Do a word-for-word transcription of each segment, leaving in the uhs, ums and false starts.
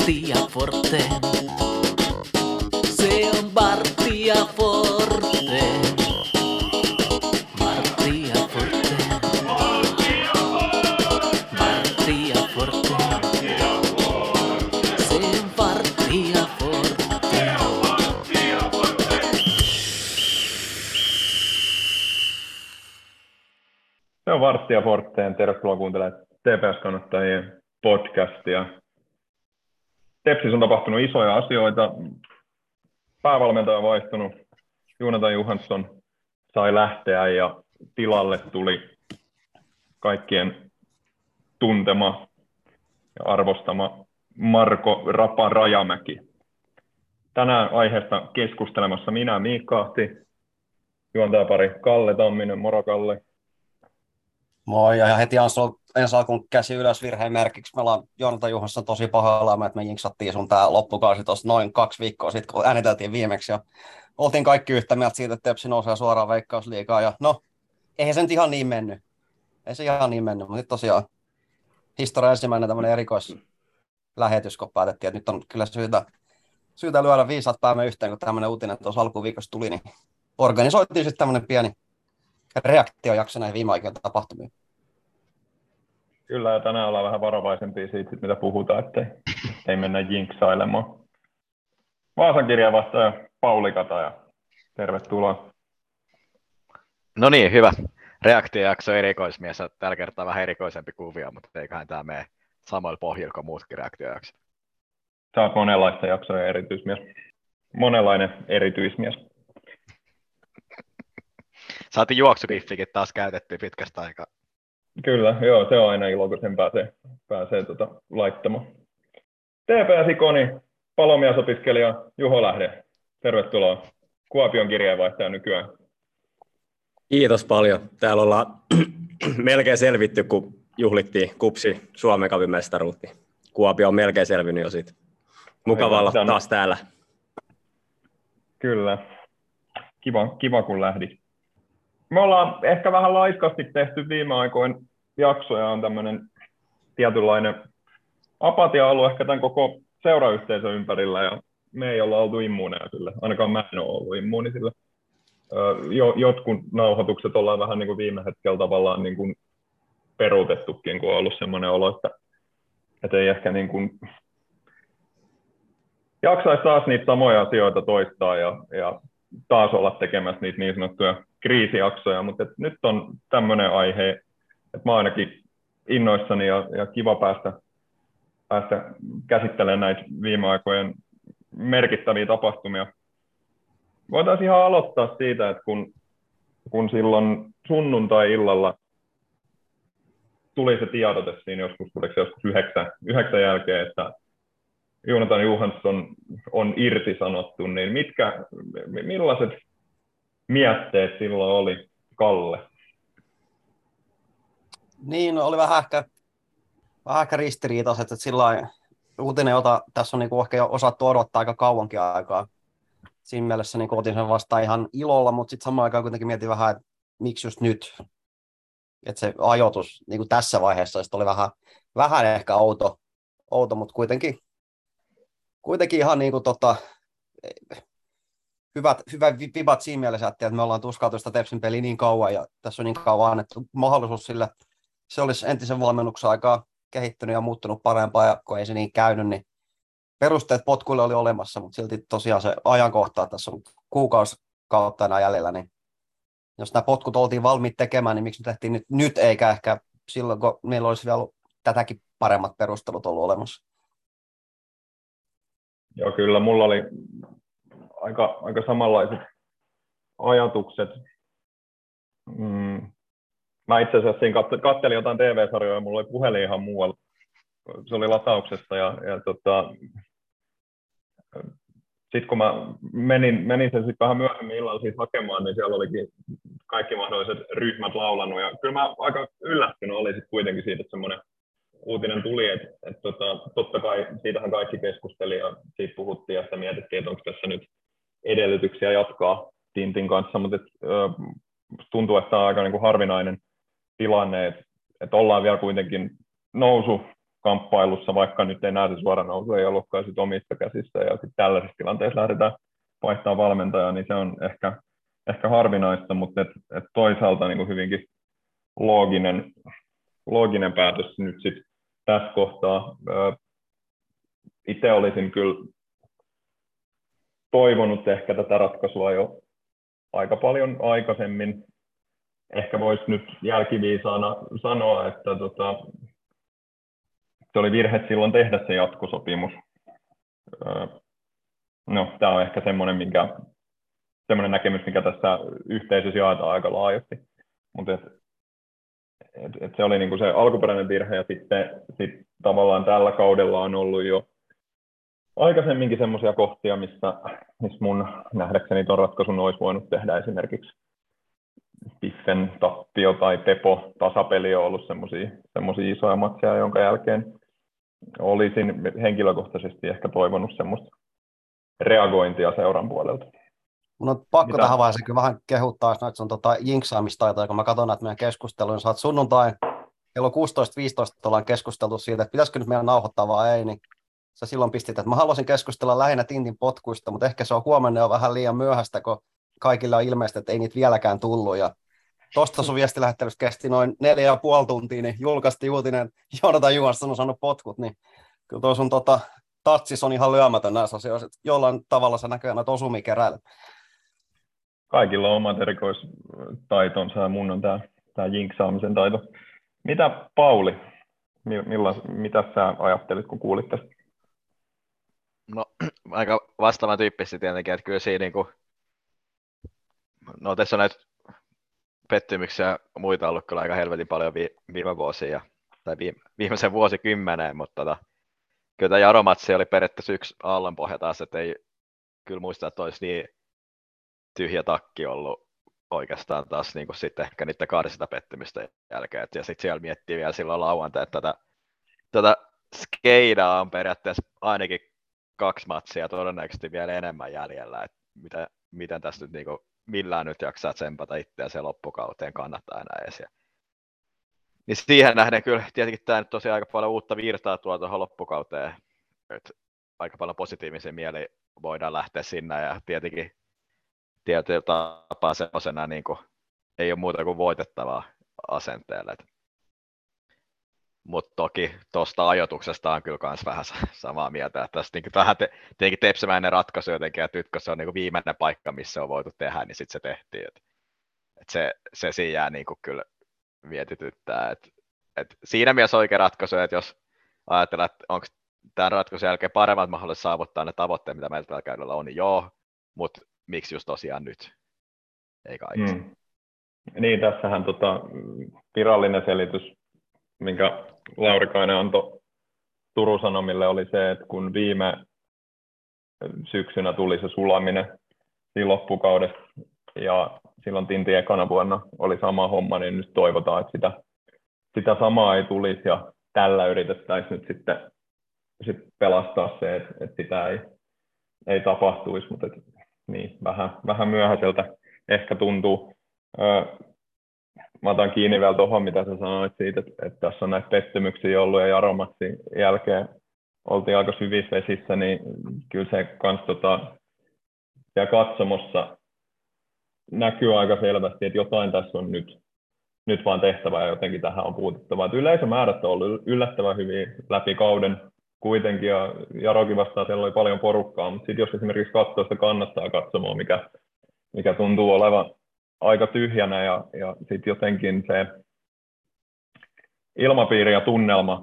Martti ja Forte. Se on Martti ja Forte. Martti ja Forte. Martti ja Forte. Se on Martti ja Forte. Se on Martti ja Forteen. Tervetuloa kuuntelemaan T P S-kannattajien podcastia. Tepsissä on tapahtunut isoja asioita. Päävalmentaja on vaihtunut. Joonatan Johansson sai lähteä ja tilalle tuli kaikkien tuntema ja arvostama Marko Rapa Rajamäki. Tänään aiheesta keskustelemassa minä, Miikka Ahti, juontajapari Kalle Tamminen. Moro Kalle. Moi, ja heti ensi alkuun käsi ylös virheen merkiksi. Me ollaan Joonatan Johansson tosi pahalla, että me jinksattiin sun tää loppukausi tuossa noin kaksi viikkoa sitten, kun ääniteltiin viimeksi. Ja oltiin kaikki yhtä mieltä siitä, että Tepsi nousee suoraan Veikkausliigaan. Ja no, eihän se nyt ihan niin mennyt. Ei se ihan niin mennyt, mutta nyt tosiaan historian ensimmäinen tämmöinen erikoislähetys, kun päätettiin, että nyt on kyllä syytä, syytä lyödä viisaat päämme yhteen, kun tämmöinen uutinen tuossa alkuviikossa tuli, niin organisoitiin sitten tämmöinen pieni reaktiojakso näihin viime aikojen tapahtumiin. Kyllä, ja tänään ollaan vähän varovaisempia siitä, mitä puhutaan, ettei, ettei mennä jinksailemaan. Vaasan kirjeenvaihtaja Pauli Kataja, tervetuloa. No niin, hyvä. Reaktiojakso erikoismies. Tällä kertaa vähän erikoisempi kuvio, mutta eiköhän tämä mene samoilla pohjilla kuin muutkin reaktiojaksot. Sä oot monenlaista jaksoja erityismies. Monenlainen erityismies. Saatiin juoksukiffikin taas käytettyä pitkästä aikaa. Kyllä, joo, se on aina ilo, kun sen pääsee, pääsee tota, laittamaan. T P S-ikoni, palomiesopiskelija Juho Lähde, tervetuloa. Kuopion kirjeenvaihtaja nykyään. Kiitos paljon. Täällä ollaan melkein selvitty, kun juhlittiin Kupsi Suomen Cupin mestaruutta. Kuopio on melkein selvinnyt jo siitä. Mukava olla taas täällä. Kyllä. Kiva, kiva kun lähdit. Me ollaan ehkä vähän laiskasti tehty viime aikoina jaksoja, on tämmöinen tietynlainen apatia ollut ehkä tämän koko seurayhteisön ympärillä, ja me ei olla oltu immuuneja sille, ainakaan mä en ole ollut immuuni sille. Jotkut nauhoitukset ollaan vähän niin kuin viime hetkellä tavallaan niin kuin peruutettukin, kun on ollut semmoinen olo, että, että ei ehkä niin kuin jaksaisi taas niitä samoja asioita toistaa ja, ja taas olla tekemässä niitä niin sanottuja kriisijaksoja, mutta nyt on tämmöinen aihe, että mä ainakin innoissani ja, ja kiva päästä, päästä käsittelemään näitä viime aikojen merkittäviä tapahtumia. Voitaisiin ihan aloittaa siitä, että kun, kun silloin sunnuntai-illalla tuli se tiedote siinä joskus, tuliko se joskus yhdeksän, yhdeksän jälkeen, että Joonatan Johansson on irtisanottu, niin mitkä, millaiset mietteet silloin oli, Kalle? Niin, oli vähän ehkä, vähän ehkä ristiriitaiset, että sillä uutinen, jota tässä on niin ehkä jo osattu odottaa aika kauankin aikaa. Siinä mielessä niin otin sen vastaan ihan ilolla, mutta sitten samaan aikaan kuitenkin mietin vähän, että miksi just nyt. Että se ajoitus niin tässä vaiheessa oli vähän, vähän ehkä outo, outo mutta kuitenkin, kuitenkin ihan niin kuin, tota, hyvät, hyvät vibat siinä mielessä, että me ollaan tuskautu sitä Tepsin peliä niin kauan ja tässä on niin kauan annettu mahdollisuus sille. Se olisi entisen valmennuksen aikaa kehittynyt ja muuttunut parempaa, ja kun ei se niin käynyt, niin perusteet potkuille oli olemassa, mutta silti tosiaan se ajankohta, että tässä on kuukausi kautta enää jäljellä, niin jos nämä potkut oltiin valmiit tekemään, niin miksi me tehtiin nyt, nyt eikä ehkä silloin, kun meillä olisi vielä ollut tätäkin paremmat perustelut ollut olemassa. Joo, kyllä mulla oli aika, aika samanlaiset ajatukset. Mm. Mä itse asiassa siinä katselin jotain T V-sarjoja ja mulla oli puhelin ihan muualla. Se oli latauksessa ja, ja tota, sitten kun mä menin, menin sen sitten vähän myöhemmin illalla siitä hakemaan, niin siellä olikin kaikki mahdolliset ryhmät laulanut. Ja kyllä mä aika yllättynyt olin sitten kuitenkin siitä, että semmoinen uutinen tuli, että, että tota, totta kai siitähän kaikki keskusteli ja siitä puhuttiin ja sitä mietittiin, että onko tässä nyt edellytyksiä jatkaa Tintin kanssa, mutta et, ö, tuntuu, että tämä on aika niin kuin harvinainen tilanne, että, että ollaan vielä kuitenkin nousu, kamppailussa, vaikka nyt ei näe suora nousu, ei ollutkaan sit omissa käsissä, ja sitten tällaisessa tilanteessa lähdetään vaihtaa valmentajaa, niin se on ehkä, ehkä harvinaista, mutta et, et toisaalta niin kuin hyvinkin looginen, looginen päätös nyt sitten tässä kohtaa. Itse olisin kyllä toivonut ehkä tätä ratkaisua jo aika paljon aikaisemmin. Ehkä voisi nyt jälkiviisaana sanoa, että tota, se oli virhe silloin tehdä se jatkosopimus. No, tämä on ehkä semmoinen, minkä, semmoinen näkemys, mikä tässä yhteisössä jaetaan aika laajasti. Mutta et, et, et se oli niinku se alkuperäinen virhe, ja sitten sit tavallaan tällä kaudella on ollut jo aikaisemminkin semmoisia kohtia, missä, missä mun nähdäkseni tuon ratkaisun olisi voinut tehdä esimerkiksi Piffen tappio tai Tepo tasapeli on ollut semmoisia isoja matseja, jonka jälkeen olisin henkilökohtaisesti ehkä toivonut semmoista reagointia seuran puolelta. Mun on pakko Mitä? tähän vaiheessa kyllä vähän kehuttaa noita sun tota jinksaamistaitoja, kun mä katson näitä meidän keskusteluja, niin sä oot sunnuntai kello kuusitoista viisitoista ollaan keskusteltu siitä, että pitäisikö nyt meidän nauhoittaa vai ei, niin sä silloin pistit, että mä haluaisin keskustella lähinnä Tintin potkuista, mutta ehkä se on huomenna jo vähän liian myöhäistä, kun kaikilla on ilmeistä, että ei niitä vieläkään tullut. Ja tuosta sun viestilähettelystä kesti noin neljä ja puoli tuntia, niin julkaistiin uutinen, Joonatan Johansson on saanut potkut, niin kyllä tuo sun tota, tatsis on ihan lyömätön näissä asioissa, että jollain tavalla sä näköjään noita osumia keräilet. Kaikilla on omat erikoistaitonsa, ja mun on tämä tää jinksaamisen taito. Mitä Pauli, milla, mitä sä ajattelit, kun kuulit tästä? No, aika vastaavan tyyppisesti tietenkin, että kyllä siinä niinku, no tässä on näitä pettymyksiä ja muita ollut kyllä aika helvetin paljon vi- viime vuosia, tai viime, viimeisen vuosikymmeneen, mutta tota, kyllä tämä Jaro-matsi oli periaatteessa yksi aallonpohja taas, että ei kyllä muista, että olisi niin tyhjä takki ollut oikeastaan taas niin kuin sitten ehkä niiden kahdesta pettymystä jälkeen, ja sitten siellä miettii vielä silloin lauantai, että tätä, tätä skeidaa on periaatteessa ainakin kaksi matsia, todennäköisesti vielä enemmän jäljellä, että mitä, miten tässä nyt niin kuin, millään nyt jaksaa tsempata itseänsä loppukauteen kannattaa enää edes. Niin siihen nähden kyllä tietenkin tämä nyt tosiaan aika paljon uutta virtaa tuo tuohon loppukauteen, että aika paljon positiivisen mieli voidaan lähteä sinne, ja tietenkin tietyllä tapaa semmoisena niin kuin, ei ole muuta kuin voitettavaa asenteelle. Mutta toki tuosta ajoituksesta on kyllä myös vähän samaa mieltä, että tässä niin vähän te, tietenkin tepsimäinen ratkaisu jotenkin, että nyt kun se on niin viimeinen paikka, missä on voitu tehdä, niin sitten se tehtiin. Et, et se, se siinä jää niin kyllä mietityttää. Et, et siinä mielessä oikea ratkaisu, että jos ajatellaan, että onko tämän ratkaisun jälkeen paremmat mahdollisuudet saavuttaa ne tavoitteet, mitä meillä tällä käydellä on, niin joo, mutta miksi just tosiaan nyt, ei kaikista. Hmm. Niin, tässähän tota, virallinen selitys, minkä Laurikainen antoi Turun Sanomille, oli se, että kun viime syksynä tuli se sulaminen siinä loppukaudessa, ja silloin Tintin ekana vuonna oli sama homma, niin nyt toivotaan, että sitä, sitä samaa ei tulisi, ja tällä yritettäisiin nyt sitten sit pelastaa se, että, että sitä ei, ei tapahtuisi, mutta et, niin, vähän, vähän myöhäiseltä ehkä tuntuu. Öö, mä otan kiinni vielä tuohon, mitä sä sanoit siitä, että, että tässä on näitä pettymyksiä ollut, ja Jaromatsin jälkeen oltiin aika syvissä vesissä, niin kyllä se kans tota, siellä katsomossa näkyy aika selvästi, että jotain tässä on nyt, nyt vaan tehtävä, ja jotenkin tähän on puututtava. Että yleisömäärät on ollut yllättävän hyvin läpi kauden kuitenkin, ja Jarokin vastaan siellä oli paljon porukkaa, mutta sitten jos esimerkiksi katsoo sitä kannattaa katsomaan, mikä, mikä tuntuu olevan aika tyhjänä, ja, ja sitten jotenkin se ilmapiiri ja tunnelma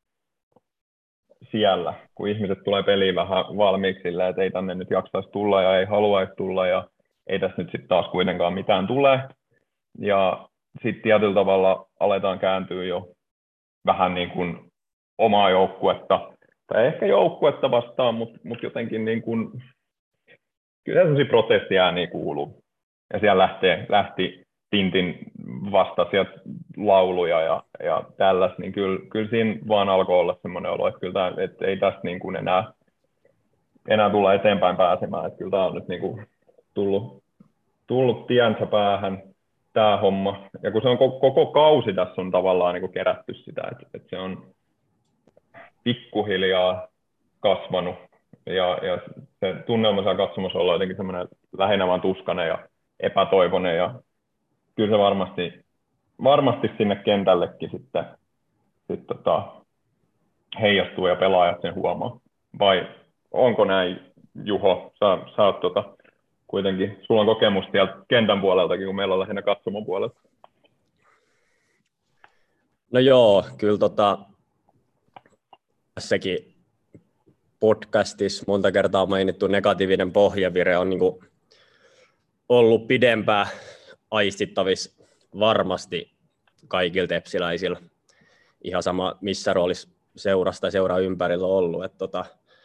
siellä, kun ihmiset tulee peliin vähän valmiiksi sillä, että ei tänne nyt jaksaisi tulla ja ei haluaisi tulla, ja ei tässä nyt sitten taas kuitenkaan mitään tule. Ja sitten tietyllä tavalla aletaan kääntyä jo vähän niin kuin omaa joukkuetta, tai ehkä joukkuetta vastaan, mutta mut jotenkin niin kuin, kyllä sellaisia protestiääniä kuuluu. Ja siellä lähtee, lähti Tintin vastaisia lauluja ja, ja tällaista, niin kyllä, kyllä siinä vaan alkoi olla semmoinen olo, että, kyllä, että ei tästä niin kuin enää, enää tulla eteenpäin pääsemään. Että kyllä tämä on nyt niin kuin tullut, tullut tiensä päähän tämä homma. Ja kun se on koko, koko kausi tässä on tavallaan niin kuin kerätty sitä, että, että se on pikkuhiljaa kasvanut. Ja, ja se tunnelma siellä katsomossa olla jotenkin semmoinen lähinnä vaan tuskainen ja epätoivoinen. Ja kyllä se varmasti, varmasti sinne kentällekin sitten sit tota, heijastuu ja pelaajat sen huomaa. Vai onko näin, Juho? Sä, sä oot tota, kuitenkin, sulla on kokemus sieltä kentän puoleltakin, kun meillä on lähinnä katsomon puolelta. No joo, kyllä tota, tässäkin podcastissa monta kertaa mainittu negatiivinen pohjavire on niin kuin ollut pidempään aistittavissa varmasti kaikilla tepsiläisillä. Ihan sama, missä roolissa seurasta tai seuraa ympärillä on ollut. Et tota,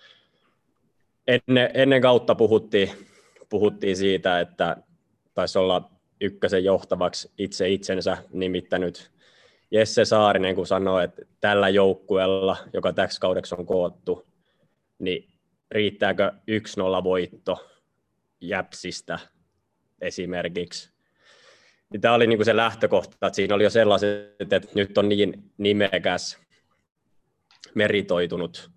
ennen, ennen kautta puhuttiin, puhuttiin siitä, että taisi olla ykkösen johtavaksi itse itsensä nimittänyt Jesse Saarinen, kun sanoi, että tällä joukkueella, joka täksi kaudeksi on koottu, niin riittääkö yksi nolla voitto Jäpsistä esimerkiksi. Niin tämä oli niinku se lähtökohta, että siinä oli jo sellaiset, että nyt on niin nimekäs, meritoitunut,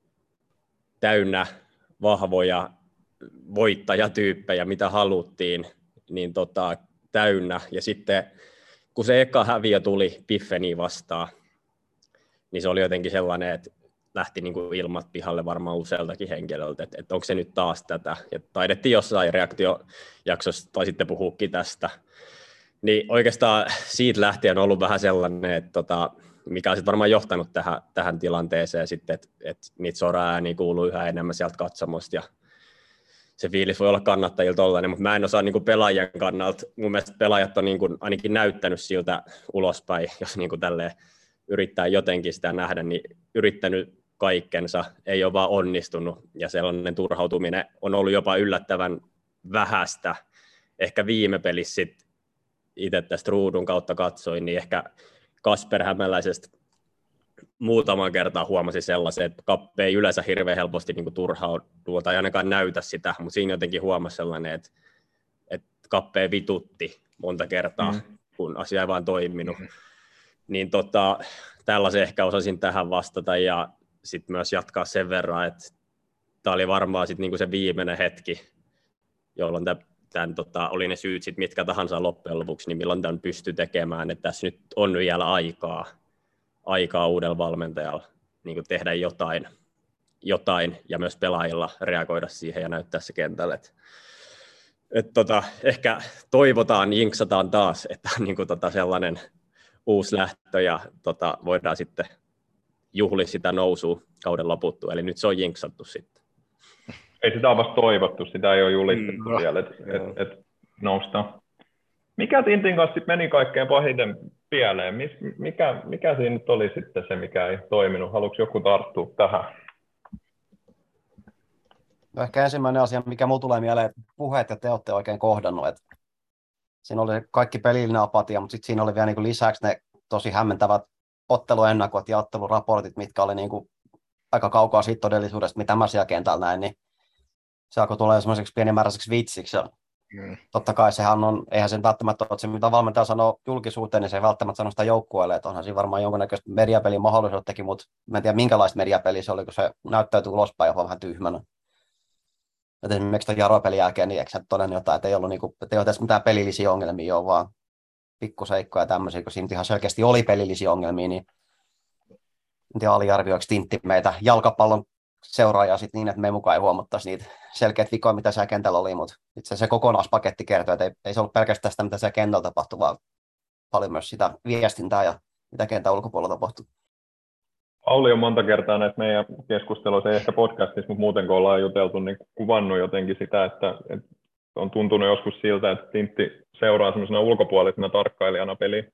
täynnä vahvoja voittajatyyppejä, mitä haluttiin, niin tota, täynnä. Ja sitten kun se eka häviö tuli Piffeniin vastaan, niin se oli jotenkin sellainen, että lähti niin kuin ilmat pihalle varmaan usealtakin henkilöltä, että, että onko se nyt taas tätä. Ja taidettiin jossain reaktiojaksossa tai sitten puhuukin tästä. Niin oikeastaan siitä lähtien on ollut vähän sellainen, että tota, mikä on sitten varmaan johtanut tähän, tähän tilanteeseen sitten, että, että niitä sora-ääniä kuuluu yhä enemmän sieltä katsomosta ja se fiilis voi olla kannattajilla tollainen, mutta mä en osaa niin kuin pelaajien kannalta. Mun mielestä pelaajat on niin kuin ainakin näyttänyt siltä ulospäin, jos niin kuin tälleen yrittää jotenkin sitä nähdä, niin yrittänyt kaikkensa, ei ole vaan onnistunut ja sellainen turhautuminen on ollut jopa yllättävän vähäistä. Ehkä viime pelissä sit itse tästä ruudun kautta katsoin, niin ehkä Kasper Hämäläisestä muutaman kertaa huomasin sellaisen, että Kappe ei yleensä hirveän helposti niin kuin turhaudu tai ainakaan näytä sitä, mutta siinä jotenkin huomasi sellainen, että, että Kappe vitutti monta kertaa, mm. kun asia ei vaan toiminut. Mm. Niin tota, tällaisen ehkä osasin tähän vastata ja sitten myös jatkaa sen verran, että tämä oli varmaan sit niinku se viimeinen hetki, jolloin tämän, tämän, tota, oli ne syyt sit mitkä tahansa loppujen lopuksi, niin milloin tämän pystyi tekemään, että tässä nyt on vielä aikaa, aikaa uudella valmentajalla niin kuin tehdä jotain, jotain ja myös pelaajilla reagoida siihen ja näyttää se kentälle. Et, et tota, ehkä toivotaan, jinksataan taas, että on niin kuin tota sellainen uusi lähtö ja tota, voidaan sitten juhlia sitä nousua kauden loputtua. Eli nyt se on jinksattu sitten. Ei sitä ole vasta toivottu, sitä ei ole julistettu mm, vielä, että et, et noustaan. Mikä Tintin kanssa meni kaikkein pahiten pieleen? Mikä, mikä siinä nyt oli sitten se, mikä ei toiminut? Haluatko joku tarttua tähän? No ehkä ensimmäinen asia, mikä minulle tulee mieleen, että puheet ja teot ei oikein kohdannut. Että siinä oli kaikki pelillinen apatia, mutta sitten siinä oli vielä niin kuin lisäksi ne tosi hämmentävät otteluennakot ja otteluraportit, mitkä oli niin kuin aika kaukaa siitä todellisuudesta, mitä mä siellä kentällä näin, niin se alkoi tulla semmoiseksi pienimääräiseksi vitsiksi. Ja mm. totta kai sehän on, eihän sen välttämättä ole, että se mitä valmentaja sanoo julkisuuteen, niin se ei välttämättä sano sitä joukkueelle, että onhan siinä varmaan jonkunnäköistä mediapelin mahdollisuuttakin, mutta mä en tiedä minkälaista mediapeliä se oli, kun se näyttäytyi ulospäin jopa vähän tyhmänä. Et esimerkiksi tuon Jaro-pelin jälkeen, niin eikö sä todennut jotain, että ei ollut, niinku, että ei ole tässä mitään pelillisiä ongelmia, ole vaan pikkuseikkoja ja tämmöisiä, kun siinä ihan selkeästi oli pelillisiä ongelmia, niin en tiedä aliarvioiksi Tintti meitä jalkapallon seuraajaa sit niin, että me mukaan ei huomattaisi niitä selkeät vikoja, mitä siellä kentällä oli, mutta itse se kokonaispaketti kertoo, että ei, ei se ollut pelkästään sitä, mitä siellä kentällä tapahtui, vaan paljon myös sitä viestintää ja mitä kentän ulkopuolella tapahtui. Pauli on monta kertaa näissä meidän keskusteluissa, ei ehkä podcastissa, mutta muuten kun ollaan juteltu, niin kuvannut jotenkin sitä, että, että on tuntunut joskus siltä, että Tintti seuraa semmoisena ulkopuolisena tarkkailijana peliä.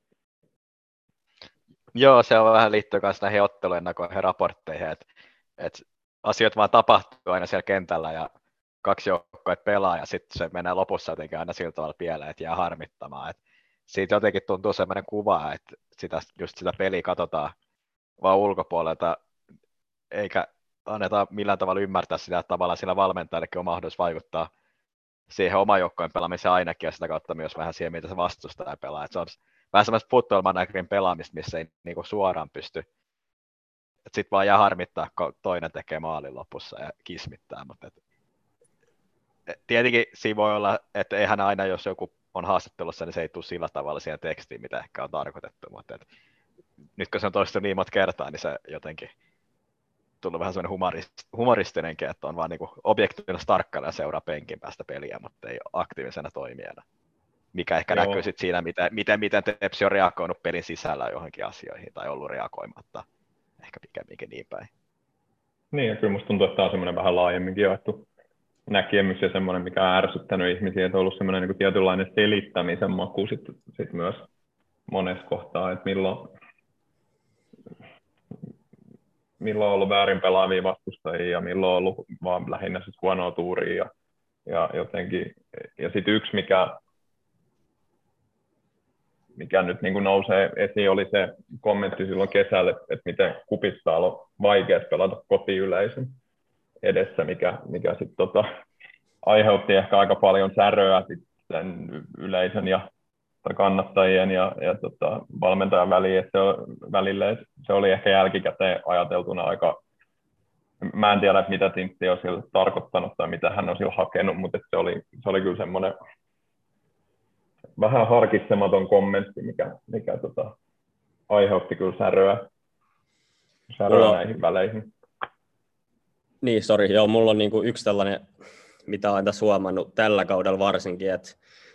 Joo, se on vähän liittyy myös näihin otteluennakoihin ja raportteihin, että, että asiat vaan tapahtuu aina siellä kentällä ja kaksi joukkuetta pelaa ja sitten se menee lopussa jotenkin aina sillä tavalla pieleen, että jää harmittamaan. Että siitä jotenkin tuntuu sellainen kuva, että sitä, just sitä peliä katsotaan vaan ulkopuolelta, eikä anneta millään tavalla ymmärtää sitä, että tavallaan sillä valmentajallekin on mahdollisuus vaikuttaa siihen oman joukkojen pelaamiseen ainakin ja sitä kautta myös vähän siihen, mitä se vastustaja pelaa. Että se on vähän semmoista football managerin pelaamista, missä ei niinku suoraan pysty sitten vaan jää harmittaa, kun toinen tekee maalin lopussa ja kismittää, mutta et, et, tietenkin siinä voi olla, että eihän aina, jos joku on haastattelussa, niin se ei tule sillä tavalla siihen tekstiin, mitä ehkä on tarkoitettu, mutta et, nyt kun se on toistunut niin monta kertaa, niin se jotenkin tullut vähän sellainen humorist, humoristinenkin, että on vaan niinku objektiivinen tarkkailija ja seuraa penkin päästä peliä, mutta ei ole aktiivisena toimijana. Mikä ehkä Joo. näkyy sit siinä, miten, miten, miten Tepsi on reagoinut pelin sisällä johonkin asioihin tai ollut reagoimatta. Ehkä pikemminkin niin päin. Niin, ja kyllä musta tuntuu, että tämä on semmoinen vähän laajemminkin jaettu näkemys ja semmoinen, mikä on ärsyttänyt ihmisiä, että on ollut semmoinen niin kuin tietynlainen selittämisen maku sit, sit myös monessa kohtaa, että milloin, milloin on ollut väärin pelaavia vastustajia ja milloin on ollut vaan lähinnä sit huonoa tuuria ja, ja jotenkin, ja sitten yksi, mikä mikä nyt niin kuin nousee esiin, oli se kommentti silloin kesällä, että, että miten Kupissa on vaikea pelata kotiyleisön edessä, mikä, mikä sitten tota, aiheutti ehkä aika paljon säröä sen yleisön ja kannattajien ja, ja tota, valmentajan väliin, että se, välille, että se oli ehkä jälkikäteen ajateltuna aika, mä en tiedä, että mitä Tintti on sillä tarkoittanut tai mitä hän on sillä hakenut, mutta se oli, se oli kyllä semmoinen vähän harkitsematon kommentti, mikä, mikä tota, aiheutti kyllä säröä, säröä mulla... näihin väleihin. Niin, sori. Joo, mulla on niinku yksi tällainen, mitä olen tässä huomannut tällä kaudella varsinkin, että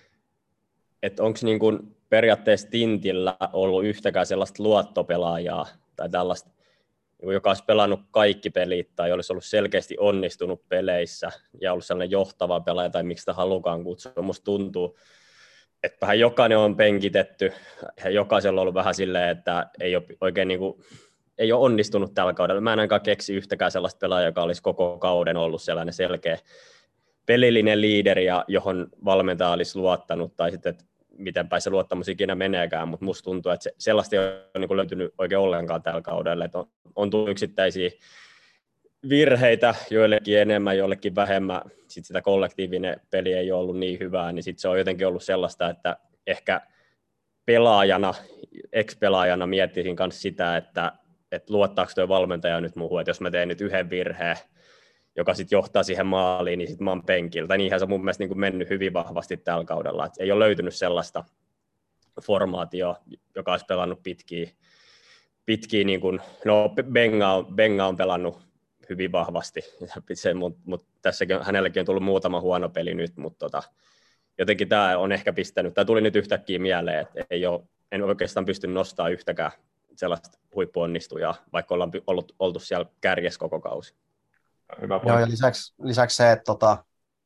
et onko niinku periaatteessa Tintillä ollut yhtäkään sellaista luottopelaajaa tai tällaista, joka olisi pelannut kaikki pelit tai olisi ollut selkeästi onnistunut peleissä ja ollut sellainen johtava pelaaja tai miksi sitä halukaan kutsua. Musta tuntuu, että vähän jokainen on penkitetty ja jokaisella on ollut vähän silleen, että ei ole oikein niin kuin, ei ole onnistunut tällä kaudella. Mä en ainakaan keksi yhtäkään sellaista pelaajaa, joka olisi koko kauden ollut sellainen selkeä pelillinen liideri, ja johon valmentaja olisi luottanut, tai sitten, että miten päin se luottamus ikinä meneekään, mutta musta tuntuu, että se, sellaista ei ole niin kuin löytynyt oikein ollenkaan tällä kaudella, että on, on tullut yksittäisiä virheitä, joillekin enemmän, joillekin vähemmän, sitten sitä kollektiivinen peli ei ole ollut niin hyvää, niin sitten se on jotenkin ollut sellaista, että ehkä pelaajana, ex-pelaajana miettisin myös sitä, että, että luottaako tuo valmentaja nyt muuhun, että jos mä teen nyt yhden virheen, joka sitten johtaa siihen maaliin, niin sitten mä oon penkillä. Tai niinhän se on mun mielestä niin kuin mennyt hyvin vahvasti tällä kaudella, että ei ole löytynyt sellaista formaatioa, joka olisi pelannut pitkiä, pitkiä niin kuin, no Benga on, Benga on pelannut hyvin vahvasti, mutta mut tässäkin hänellekin on tullut muutama huono peli nyt, mutta tota, jotenkin tämä on ehkä pistänyt, tämä tuli nyt yhtäkkiä mieleen, että ei ole, en oikeastaan pysty nostamaan yhtäkään sellaista huippuonnistujaa, vaikka ollaan ollut, oltu siellä kärjessä koko kausi. Hyvä Joo, ja lisäksi, lisäksi se, että tota,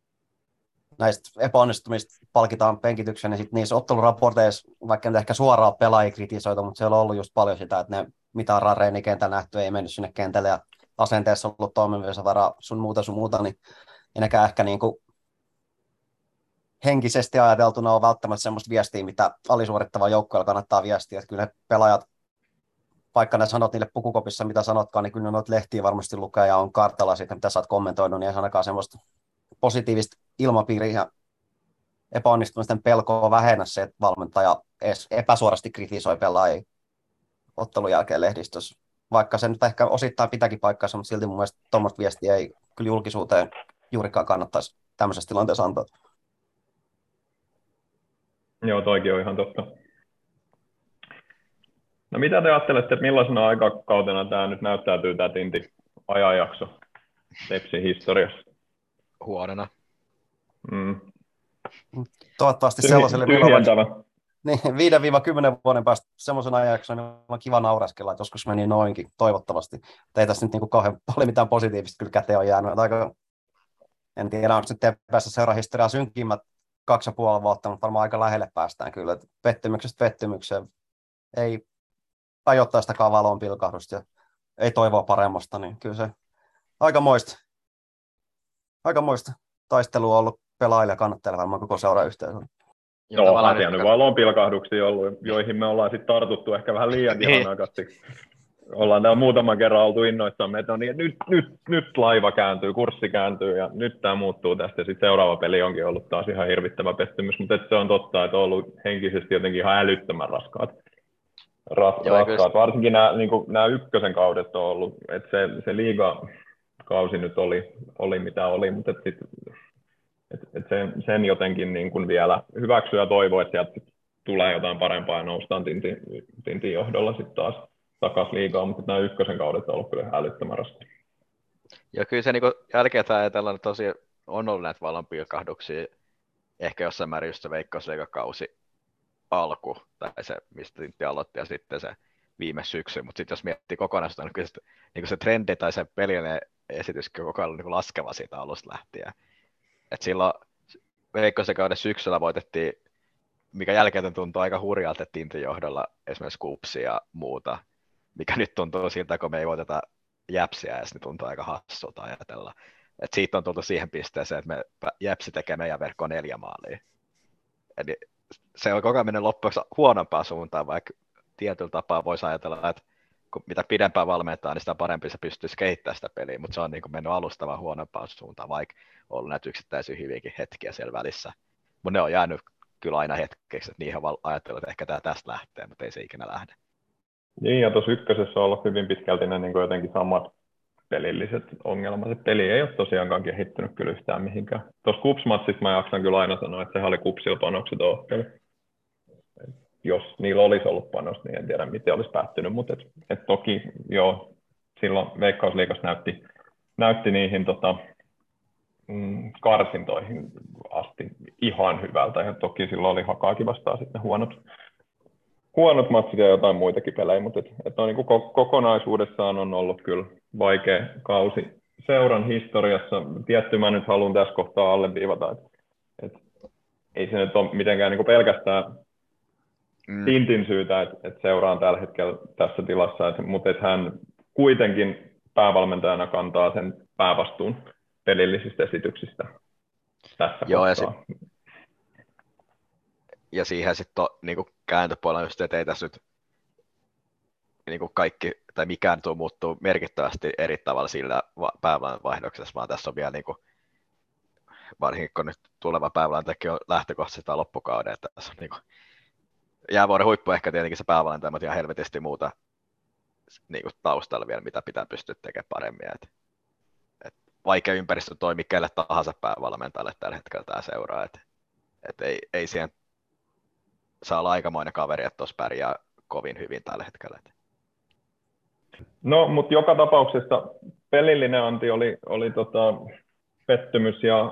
näistä epäonnistumista palkitaan penkityksen, ja sitten niissä otteluraporteissa, vaikka nyt ehkä suoraan pelaajia kritisoitu, mutta siellä on ollut just paljon sitä, että ne mitä rareeni kentällä nähty, ei mennyt sinne kentälle, ja asenteessa on ollut toimivuudessa varaa sun muuta sun muuta, niin ei nekään ehkä niinku henkisesti ajateltuna on välttämättä semmoista viestiä, mitä alisuorittava joukkueella kannattaa viestiä, että kyllä ne pelaajat, vaikka ne sanot niille pukukopissa, mitä sanotkaan, niin kyllä ne noita lehtiä varmasti lukee ja on kartalla siitä, mitä sä oot kommentoinut, niin ei ainakaan semmoista positiivista ilmapiiriä ja epäonnistumisten pelkoa vähennä se, että valmentaja edes epäsuorasti kritisoi pelaajia ottelun jälkeen lehdistössä. Vaikka se nyt ehkä osittain pitääkin paikkaansa, mutta silti mun mielestä tuommoista viestiä ei kyllä julkisuuteen juurikaan kannattaisi tämmöisessä tilanteessa antaa. Joo, toikin on ihan totta. No mitä te ajattelette, että millaisena aikakautena tämä nyt näyttäytyy, tämä Tintin ajanjakso Tepsin historiassa? Huonona. Mm. Toivottavasti sellaiselle niin, viiden kymmenen vuoden päästä semmoisen ajanjakson, niin on kiva nauraskella, että joskus meni noinkin, toivottavasti. Ei tässä nyt niin kuin kauhean paljon mitään positiivista kyllä käteen on jäänyt. Aika, en tiedä, onko nyt Tepsissä seurahistoriaa synkimmät kaksi ja puoli vuotta, mutta varmaan aika lähelle päästään kyllä. Että pettymyksestä pettymykseen ei ajoittaa sitä valon pilkahdusta ja ei toivoa paremmasta, niin kyllä se aikamoista, aikamoista taistelua on ollut pelaajille ja kannattajille varmaan koko seurayhteisöllä. Joo, on siellä nyt valon pilkahduksia ollut, joihin me ollaan sitten tartuttu ehkä vähän liian ihanakasti. Ollaan täällä muutaman kerran oltu innoissamme, että, no niin, että nyt, nyt, nyt laiva kääntyy, kurssi kääntyy ja nyt tämä muuttuu tästä. Sitten seuraava peli onkin ollut taas ihan hirvittävä pettymys, mutta se on totta, että on ollut henkisesti jotenkin ihan älyttömän raskaat rat, Joo, raskaat. Varsinkin nämä, niin kuin, nämä ykkösen kaudet on ollut, että se, se liigakausi nyt oli, oli mitä oli, mutta et sit, et, et sen, sen jotenkin niin kuin vielä hyväksyä ja toivoa, että sieltä tulee jotain parempaa ja noustaan Tintin, Tintin johdolla sitten taas takaisin liigaan, mutta nämä ykkösen kaudet on ollut kyllä älyttömän raskaat. Ja kyllä se niin jälkeen ajatellaan, että tosiaan on ollut näitä valonpilkahduksia, ehkä jossain määrin just se Veikkausliigakausi alku, tai se, mistä Tintti aloitti, ja sitten se viime syksy, mutta sitten jos miettii kokonaisuutta, niin kyllä se, niin se trendi tai se pelillinen esitys koko ajan niin laskeva siitä alusta lähtien. Et silloin Veikkausliigakauden syksyllä voitettiin, mikä jälkeen tuntuu aika hurjalta, että Tintin johdolla esimerkiksi Kupsi ja muuta, mikä nyt tuntuu siltä, kun me ei voiteta Jäpsiä edes, niin tuntuu aika hassulta ajatella. Et siitä on tultu siihen pisteeseen, että me Jäpsi tekee meidän verkkoon neljä maalia. Eli se on koko ajan mennyt loppuksi huonompaan suuntaan, vaikka tietyllä tapaa voisi ajatella, että kun mitä pidempään valmentaa, niin sitä parempi se pystyisi kehittämään sitä peliä, mutta se on niin kuin mennyt alustavan huonompaan suuntaan, vaikka on ollut näitä yksittäisiä hyviäkin hetkiä siellä välissä. Mutta ne on jäänyt kyllä aina hetkeksi, että niihin ajatellut, että ehkä tämä tästä lähtee, mutta ei se ikinä lähde. Niin, ja tuossa ykkösessä on ollut hyvin pitkälti ne niin jotenkin samat pelilliset ongelmat. Et peli ei ole tosiaankaan kehittynyt kyllä yhtään mihinkään. Tuossa Kups-matsissa mä jaksan kyllä aina sanoa, että sehän oli Kupsilla panokset ottelu. Jos niillä olisi ollut panos, niin en tiedä miten olisi päättynyt, mutta et, et toki joo, silloin Veikkausliigassa näytti, näytti niihin tota, mm, karsintoihin asti ihan hyvältä, ja toki silloin oli Hakaakin vastaan sitten huonot, huonot matsit ja jotain muitakin pelejä, mutta et, et on, niin kuin kokonaisuudessaan on ollut kyllä vaikea kausi seuran historiassa. Tietty mä nyt haluan tässä kohtaa alleviivata, että et, ei se nyt ole mitenkään niin kuin pelkästään Mm. Tintin syytä, että, että seura on tällä hetkellä tässä tilassa, että, mutta että hän kuitenkin päävalmentajana kantaa sen päävastuun pelillisistä esityksistä tässä Joo, kohtaa. Ja, sit, ja siihen sitten niin kääntöpuolella just, että ei tässä nyt niin kuin kaikki tai mikään tuu muuttuu merkittävästi eri tavalla sillä päävalmentajavaihdoksessa, vaan tässä on vielä niin kuin, varsinkin kun nyt tuleva päävalmentajakin on lähtökohtaisesti sitä loppukauden, että tässä on niin kuin jäävuoren huippu ehkä tietenkin se päävalmentaja, mutta ihan helvetisti muuta niin kuin taustalla vielä, mitä pitää pystyä tekemään paremmin. Et, et vaikea ympäristö toimii kelle tahansa päävalmentajalle tällä hetkellä tämä seuraa. Et, et ei, ei siihen saa olla aikamoinen kaveri, että tuossa pärjää kovin hyvin tällä hetkellä. Et. No, mutta joka tapauksessa pelillinen anti oli, oli tota, pettymys ja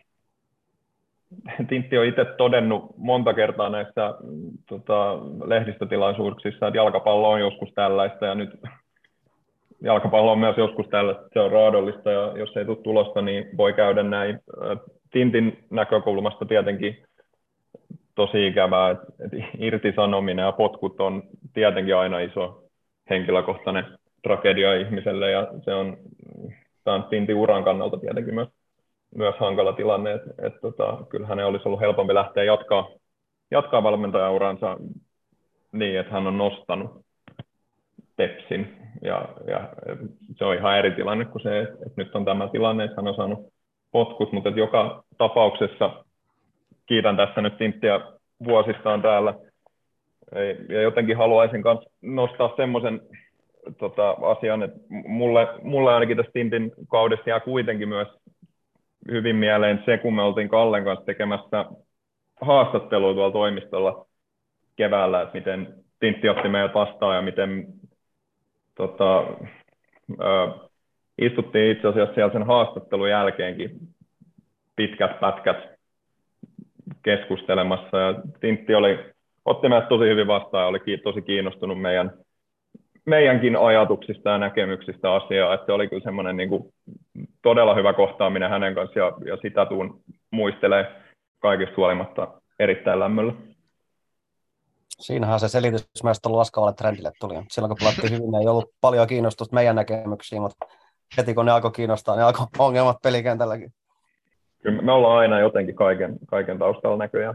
Tintti on itse todennut monta kertaa näissä tota, lehdistötilaisuuksissa, että jalkapallo on joskus tällaista ja nyt jalkapallo on myös joskus tällaista, se on raadollista ja jos ei tule tulosta, niin voi käydä näin. Tintin näkökulmasta tietenkin tosi ikävää, että irtisanominen ja potkut on tietenkin aina iso henkilökohtainen tragedia ihmiselle ja se on, tämä on Tintin uran kannalta tietenkin myös. myös hankala tilanne, että et, tota, kyllä hänen olisi ollut helpompi lähteä jatkaa, jatkaa valmentajauransa niin, että hän on nostanut Pepsin. Ja, ja se on ihan eri tilanne kuin se, että, että nyt on tämä tilanne, että hän on saanut potkut, mutta joka tapauksessa kiitän tässä nyt Tinttiä vuosistaan täällä. Ja jotenkin haluaisin myös nostaa semmoisen tota, asian, että mulle, mulle ainakin tässä Tintin kaudessa jää kuitenkin myös hyvin mieleen se, kun me oltiin Kallen kanssa tekemässä haastattelua tuolla toimistolla keväällä, että miten Tintti otti meidät vastaan ja miten tota, ö, istuttiin itse asiassa siellä sen haastattelun jälkeenkin pitkät pätkät keskustelemassa. Ja Tintti oli, otti meidät tosi hyvin vastaan ja oli tosi kiinnostunut meidän, meidänkin ajatuksista ja näkemyksistä asiaa. Että se oli kyllä semmoinen niin kuin todella hyvä kohtaaminen hänen kanssa ja, ja sitä tuun muistelee kaikista huolimatta erittäin lämmöllä. Siinähän se selitys myös tuolla laskavalle trendille tuli. Silloin kun pelattiin hyvin, ei ollut paljon kiinnostusta meidän näkemyksiin, mutta heti kun ne alkoi kiinnostaa, ne alkoi ongelmat pelikentälläkin. Kyllä me ollaan aina jotenkin kaiken, kaiken taustalla näköjään.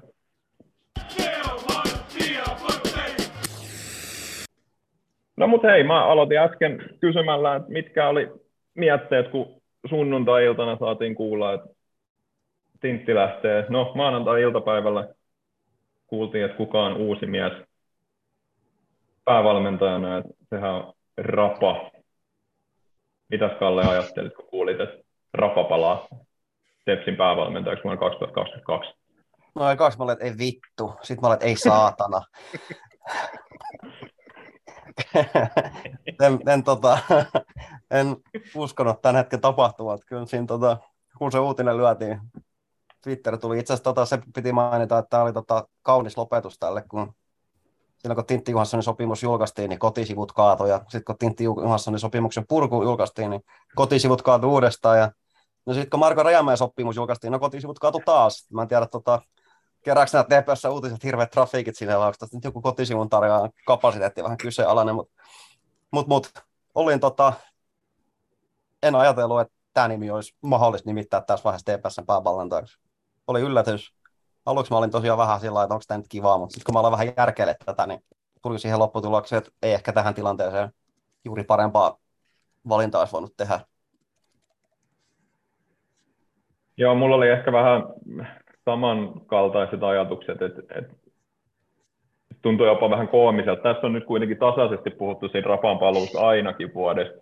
No mut hei, mä aloitin äsken kysymällä, että mitkä oli mietteet, kun sunnuntai-iltana saatiin kuulla, että Tintti lähtee. No maanantai-iltapäivällä kuultiin, että kuka on uusi mies päävalmentajana, että sehän on Rapa. Mitäs Kalle ajattelit, kun kuulit, että Rapa palaa Tepsin päävalmentajaksi vuonna kaksituhattakaksikymmentäkaksi? No ei kaksi, mä olin, että ei vittu. Sitten mä olin, että ei saatana. en, en, tota, en uskonut tämän hetken tapahtumat. Kyllä siinä, tota, kun se uutinen lyötiin, Twitter tuli. Itse asiassa tota, se piti mainita, että tämä oli tota, kaunis lopetus tälle, kun silloin kun Tintti Johanssonin sopimus julkaistiin, niin kotisivut kaatoi, ja sitten kun Tintti Johanssonin sopimuksen purku julkaistiin, niin kotisivut kaatui uudestaan, ja no sitten kun Marko Rajamäen sopimus julkaistiin, no kotisivut kaatui taas. Mä en tiedä, tota, kerääkö nämä T P S-uutiset hirveät trafiikit siinä, vaikka nyt joku kotisivun tarjoaa kapasiteetti vähän kyseenalainen, mutta mut, mut, olin tota, en ajatellut, että tämä nimi olisi mahdollista nimittää tässä vaiheessa T P S:n päävalmentajaksi. Oli yllätys. Aluksi mä olin tosiaan vähän sillä lailla, että onko tämä nyt kivaa, mutta sitten kun mä aloin vähän järkeillä tätä, niin tuli siihen lopputulokseen, että ei ehkä tähän tilanteeseen juuri parempaa valintaa olisi voinut tehdä. Joo, mulla oli ehkä vähän samankaltaiset ajatukset, että, että tuntuu jopa vähän koomiselta. Tässä on nyt kuitenkin tasaisesti puhuttu siinä Rapan paluusta ainakin vuodesta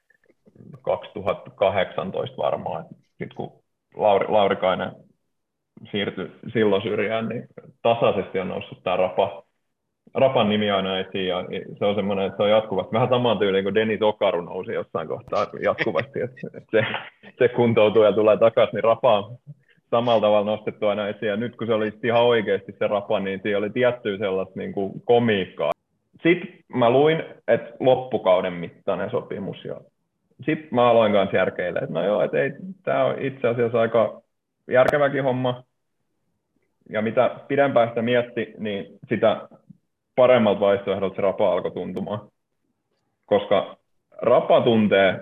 kaksituhattakahdeksantoista varmaan. Sitten kun Lauri, Laurikainen siirtyi silloin syrjään, niin tasaisesti on noussut tämä Rapa, Rapan nimi aina esiin. Ja se on semmoinen, että se on jatkuvasti. Vähän samaan tyyliin kuin Denis Okaru nousi jossain kohtaa jatkuvasti. Että se, se kuntoutuu ja tulee takaisin, niin Rapa on samalla tavalla nostettu aina esiin. Ja nyt kun se oli ihan oikeasti se Rapa, niin siinä oli tiettyä sellaista niin kuin komiikkaa. Sitten mä luin, että loppukauden mittainen sopimus. Ja sitten mä aloin kanssa järkeilemään, että no joo, että ei, tämä on itse asiassa aika järkeväkin homma. Ja mitä pidempään sitä mietti, niin sitä paremmalta vaihtoehdolta se Rapa alkoi tuntumaan. Koska Rapa tuntee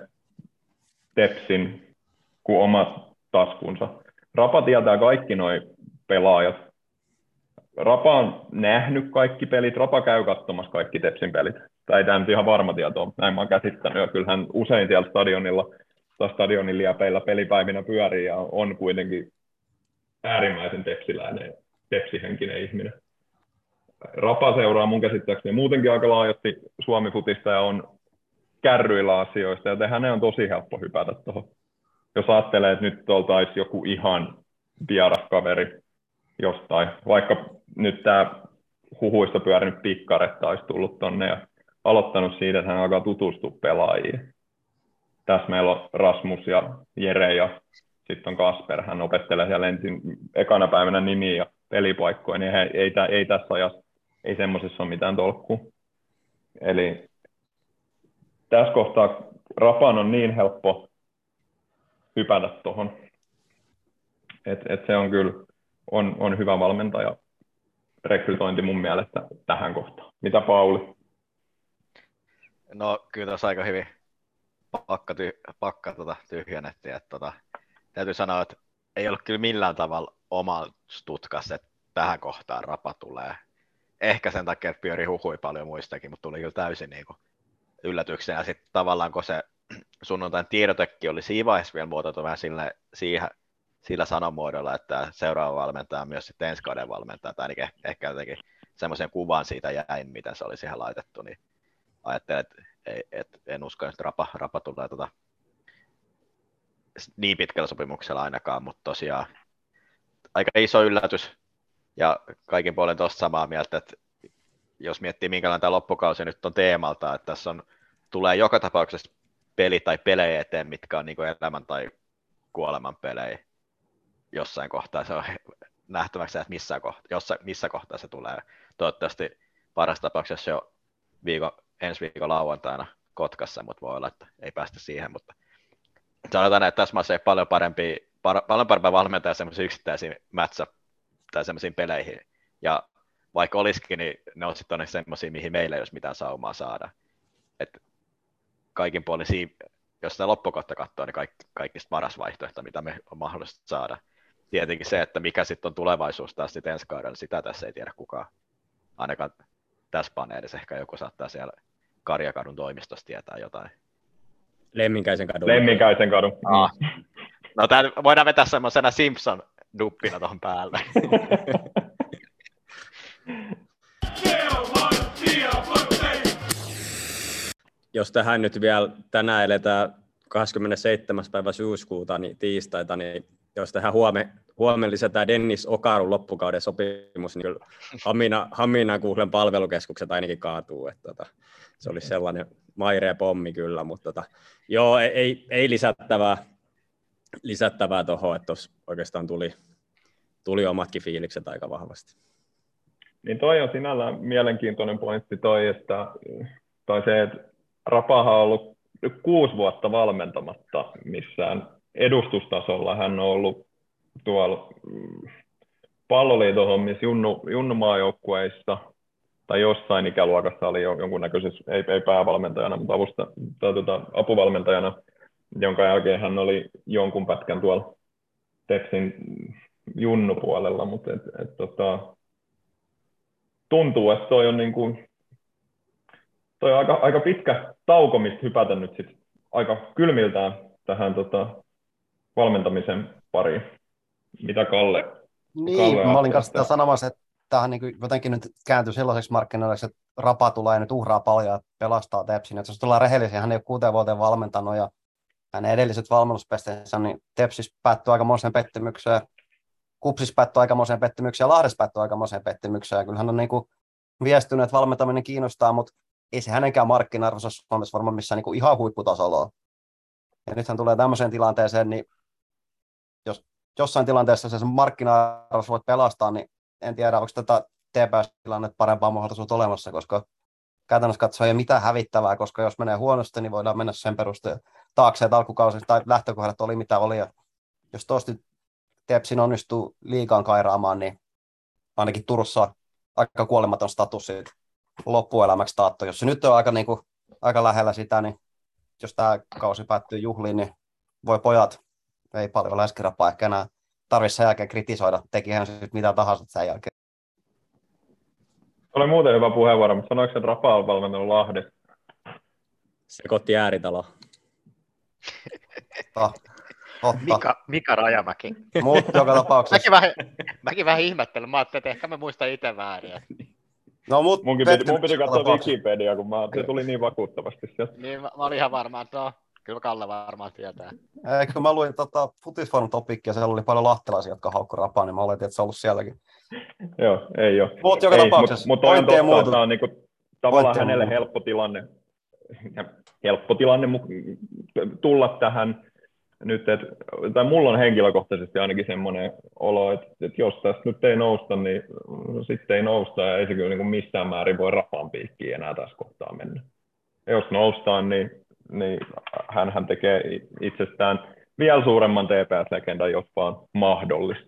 Tepsin kuin omat taskunsa. Rapa tietää kaikki nuo pelaajat. Rapa on nähnyt kaikki pelit. Rapa käy katsomassa kaikki Tepsin pelit. Tai ei tämä nyt ihan varma tieto ole. Näin mä oon käsittänyt. Ja kyllähän usein siellä stadionilla tai stadionin liepeillä pelipäivinä pyörii ja on kuitenkin äärimmäisen tepsiläinen, tepsihenkinen ihminen. Rapa seuraa mun käsittääkseni muutenkin aika laajasti Suomi-futista ja on kärryillä asioista, joten hänen on tosi helppo hypätä tuohon. Jos ajattelee, että nyt oltaisiin joku ihan vieras kaveri jostain, vaikka nyt tämä huhuista pyörinyt Pikkaretta olisi tullut tonne ja aloittanut siitä, että hän alkaa tutustua pelaajiin. Tässä meillä on Rasmus ja Jere ja sitten on Kasper. Hän opettelee siellä ensin ekana päivänä nimiä ja pelipaikkoja, niin ei, ei, ei tässä ajassa, ei semmoisessa ole mitään tolkkua. Eli tässä kohtaa Rapan on niin helppo hypätä tuohon, että et se on kyllä on, on hyvä valmentaja rekrytointi mun mielestä tähän kohtaan. Mitä Pauli? No kyllä tässä aika hyvin pakka, tyh, pakka tota, tyhjennettiin. Että, tota, täytyy sanoa, että ei ollut kyllä millään tavalla oma tutkas, että tähän kohtaan Rapa tulee. Ehkä sen takia, että pyöri huhui paljon muistakin, mutta tuli kyllä täysin niin kuin yllätyksenä. Ja sitten tavallaan, kun se sunnuntain tiedotekin oli siinä vaiheessa vielä muotoiltu vähän sille, siihen, sillä sanamuodolla, että seuraava valmentaja on myös sitten ensi kauden valmentaja, tai ainakin ehkä jotenkin semmoisen kuvan siitä jäin, miten se oli siihen laitettu, niin ajattelin, että et, et, en usko, että Rapa, Rapa tulee tota, niin pitkällä sopimuksella ainakaan, mutta tosiaan aika iso yllätys, ja kaikin puolin tuosta samaa mieltä, että jos miettii minkälainen tämä loppukausi nyt on teemalta, että tässä on, tulee joka tapauksessa peli tai pelejä eteen, mitkä on niin kuin elämän tai kuoleman pelejä jossain kohtaa. Se on nähtäväksi, että missä kohtaa, jossain, missä kohtaa se tulee. Toivottavasti parasta tapauksessa jo viikon, ensi viikon lauantaina Kotkassa, mutta voi olla, että ei päästä siihen. Mutta sanotaan, että tässä maassa ei paljon parempi, par, paljon parempaa valmentaa semmoisiin yksittäisiin matchup tai semmoisiin peleihin. Ja vaikka olisikin, niin ne on sitten semmoisia, mihin meillä ei olisi mitään saumaa saada. Et kaikin puolin, jos sitä loppukohta katsoo, niin kaikki, kaikista paras vaihtoehto, mitä me on mahdollista saada. Tietenkin se, että mikä sitten on tulevaisuus taas sitten ensi kaudella, sitä tässä ei tiedä kukaan. Ainakaan tässä paneelissa ehkä joku saattaa siellä Karjakadun toimistossa tietää jotain. Lemminkäisen kadun. Lemminkäisen kadun. Ah. No tää voidaan vetää semmoisena Simpson-duppina tuohon päälle. Siellä on Marttia Forte! jos tähän nyt vielä tänään eletään kahdeskymmenesseitsemäs päivä syyskuuta, niin tiistaita, niin jos tähän huome, huomenna lisätään Dennis Okarun loppukauden sopimus, niin kyllä Hamina, Haminan Kuhlen palvelukeskukset ainakin kaatuu. Että tota, se olisi sellainen mairea pommi kyllä, mutta tota, joo, ei, ei lisättävää, lisättävää tuohon, että tuossa oikeastaan tuli, tuli omatkin fiilikset aika vahvasti. Niin toi on sinällään mielenkiintoinen pointti toi, että toi se, että Rapahan on ollut kuusi vuotta valmentamatta missään edustustasolla. Hän on ollut tuolla palloliiton hommissa junnu, junnumaajoukkueissa tai jossain ikäluokassa oli jonkunnäköisessä, ei, ei päävalmentajana, mutta avusta, tai tuota, apuvalmentajana, jonka jälkeen hän oli jonkun pätkän tuolla Tepsin junnupuolella, mutta et, et, tota, tuntuu, että toi on, niin kuin, toi on aika, aika pitkä tauko, mistä hypätä nyt sit aika kylmiltään tähän tota, valmentamisen pariin. Mitä Kalle? Niin, Kalle mä olin kanssa sitä sanomassa, että tämähän niin jotenkin nyt kääntyi sellaiseksi markkinoiksi, että Rapa tulee nyt uhraa paljon ja pelastaa Tepsin. Että jos tullaan rehellisiä, hän ei ole kuuteen vuoteen valmentanut ja hänen edelliset valmennuspesteensä, niin Tepsis päättyi aikamoiseen pettymykseen, Kupsis päättyi aikamoiseen pettymykseen ja Lahdessa päättyi aikamoiseen pettymykseen. Ja kyllä hän on niin kuin viestinyt, että valmentaminen kiinnostaa, mutta ei se hänenkään markkina-arvossa Suomessa varmaan missään niin kuin ihan huipputasolla ole. Ja nythän tulee tämmöiseen tilanteeseen, niin jos jossain tilanteessa se markkina-arvossa voit pelastaa, niin en tiedä, onko tätä T P S-tilannetta parempaa mahdollisuutta olemassa, koska käytännössä katsoen ei ole mitään hävittävää, koska jos menee huonosti, niin voidaan mennä sen perusteella taakse, että alkukausista tai lähtökohdat oli mitä oli. Ja jos tuosta Tepsin onnistuu liigaan kairaamaan, niin ainakin Turussa on aika kuolematon status siitä loppuelämäksi taattu. Jos se nyt on aika, niin kuin, aika lähellä sitä, niin jos tämä kausi päättyy juhliin, niin voi pojat, ei paljon läskirapaa ehkä enää tarvitse sen jälkeen kritisoida, tekihän se mitä tahansa sen jälkeen. Oli muuten hyvä puheenvuoro, mutta sanoiko sen Rapa on valmentanut Lahden? Sekoitti Ääritalo. Mika, Mika Rajamäki. Mutta joka tapauksessa. Mäkin vähän, mäkin vähän ihmettelen. Mä ajattelin, että ehkä mä muistan itse väärin. No, mut Munkin piti, mun piti katsoa Wikipediaa, kun mä, se tuli niin vakuuttavasti sieltä. Niin, mä, mä olin ihan varma, että no, kyllä Kalle varmaan tietää. Eikö mä luin tota, Futisforum topikkia, siellä oli paljon lahtelaisia, jotka haukkui Rapaa, niin mä oletin, että se on ollut sielläkin. Joo, ei ole. Mutta joka ei, tapauksessa. Mutta mut on totta, muuta. Että tämä on niinku, tavallaan hänelle helppo tilanne, helppo tilanne tulla tähän nyt, et, tai mulla on henkilökohtaisesti ainakin semmoinen olo, että, että jos tästä nyt ei nousta, niin sitten ei nousta, ja ei se kyllä niin missään määrin voi Rapan piikkiin enää tässä kohtaa mennä. Ja jos noustaan, niin, niin hänhän tekee itsestään vielä suuremman T P S-legendan, jos vaan mahdollista.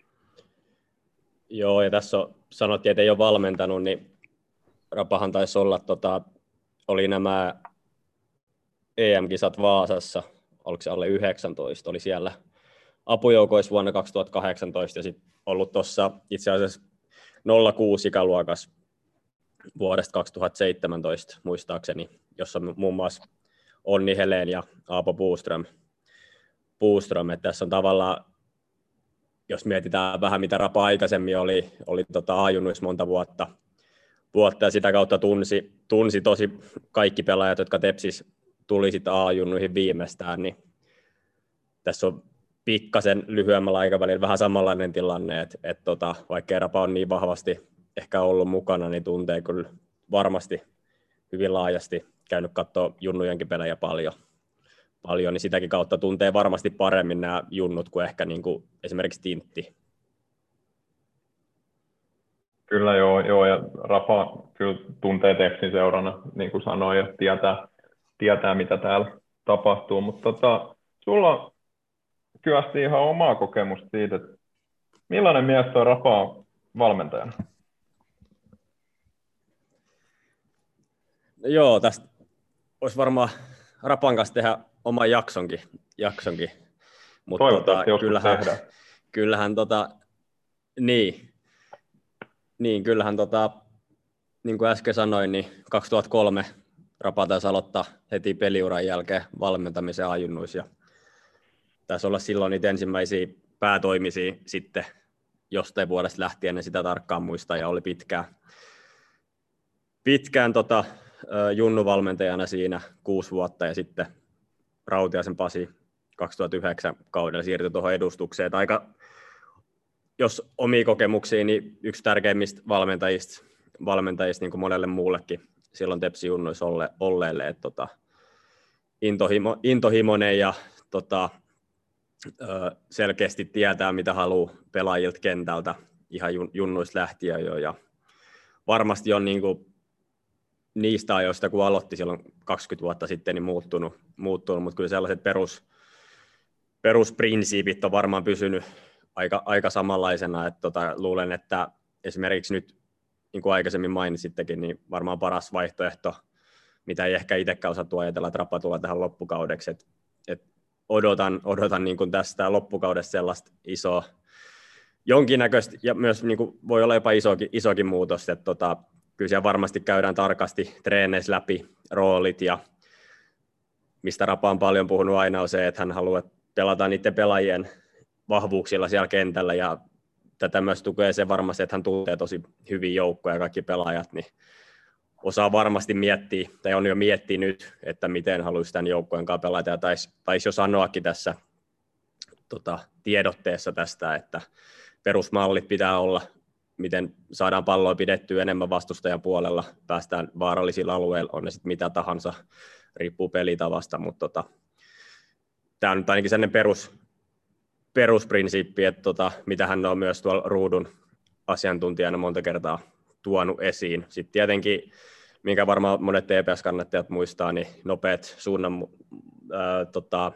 Joo, ja tässä on, sanottiin, että ei ole valmentanut, niin Rapahan taisi olla, tota, oli nämä E M-kisat Vaasassa, oliko se alle yhdeksäntoista, oli siellä apujoukoissa vuonna kaksituhattakahdeksantoista ja sitten ollut tuossa itse asiassa nolla kuusi ikäluokassa vuodesta kaksituhattaseitsemäntoista muistaakseni, jossa on muun muassa Onni Helén ja Aapo Puuström. Puuström, että tässä on tavallaan, jos mietitään vähän mitä Rapa aikaisemmin oli, oli tota A-junnuissa monta vuotta, vuotta ja sitä kautta tunsi, tunsi tosi kaikki pelaajat, jotka Tepsis tuli sitten A-junnuihin viimeistään, niin tässä on pikkasen lyhyemmällä aikavälillä vähän samanlainen tilanne, että et tota, vaikka Rapa on niin vahvasti ehkä ollut mukana, niin tuntee kyllä varmasti hyvin laajasti käynyt katsoa junnujenkin pelejä paljon, paljon, niin sitäkin kautta tuntee varmasti paremmin nämä junnut kuin ehkä niin kuin esimerkiksi Tintti. Kyllä joo, joo, ja Rapa kyllä tuntee Tepsin seurana, niin kuin sanoin, ja tietää, tietää mitä täällä tapahtuu, mutta tota, sulla on kyösti ihan omaa kokemusta siitä, että millainen mies on Rapa valmentajana? Joo, tästä olisi varmaan Rapan kanssa tehdä oman jaksonkin, jaksonkin. Mutta tota, kyllähän, kyllähän tota, niin, niin, kyllähän tota, niin kuin äsken sanoin, niin kaksituhattakolme Rapa taisi aloittaa heti peliuran jälkeen valmentamisen ajunnuissa. Taisi olla silloin niitä ensimmäisiä päätoimisia sitten jostain vuodesta lähtien, en sitä tarkkaan muista, ja oli pitkään, pitkään tota, junnuvalmentajana siinä kuusi vuotta ja sitten Rautiaisen Pasi kaksituhattayhdeksän kaudella siirtyi tuohon edustukseen. Että aika, jos omia kokemuksia, niin yksi tärkeimmistä valmentajista, valmentajista niin kuin monelle muullekin silloin Tepsi junnuissa olle, olleelle, että tota, intohimo, intohimoinen ja tota, selkeästi tietää, mitä haluaa pelaajilta kentältä ihan junnuista lähtien jo. Ja varmasti on niin kuin niistä ajoista, kun aloitti silloin kaksikymmentä vuotta sitten, niin muuttunut, muuttunut mutta kyllä sellaiset perus, perusprinsiipit on varmaan pysynyt aika, aika samanlaisena. Että tota, luulen, että esimerkiksi nyt, niin kuin aikaisemmin mainitsittekin, niin varmaan paras vaihtoehto, mitä ei ehkä itsekään osattu ajatella, että Rapa tulee tähän loppukaudeksi. Et, et odotan odotan niin kuin tästä loppukaudesta sellaista isoa, jonkinnäköistä, ja myös niin kuin voi olla jopa isokin, isokin muutos, että tota, kyllä siellä varmasti käydään tarkasti treeneissä läpi roolit, ja mistä Rapa on paljon puhunut aina on se, että hän haluaa pelata niiden pelaajien vahvuuksilla siellä kentällä, ja tätä myös tukee se varmasti, että hän tuntee tosi hyvin joukkoja ja kaikki pelaajat, niin osaa varmasti miettiä, tai on jo miettinyt, että miten haluaisi tämän joukkojen kanssa pelata, ja taisi, taisi jo sanoakin tässä tota, tiedotteessa tästä, että perusmallit pitää olla, miten saadaan palloa pidettyä enemmän vastustajan puolella, päästään vaarallisilla alueilla, on ne sitten mitä tahansa, riippuu pelitavasta, mutta tota, tämä on nyt ainakin sellainen perus, perusprinsiippi, että tota, mitä hän on myös tuolla ruudun asiantuntijana monta kertaa tuonut esiin. Sitten tietenkin, minkä varmaan monet T P S-kannattajat muistaa, niin nopeat suunnan ää, tota,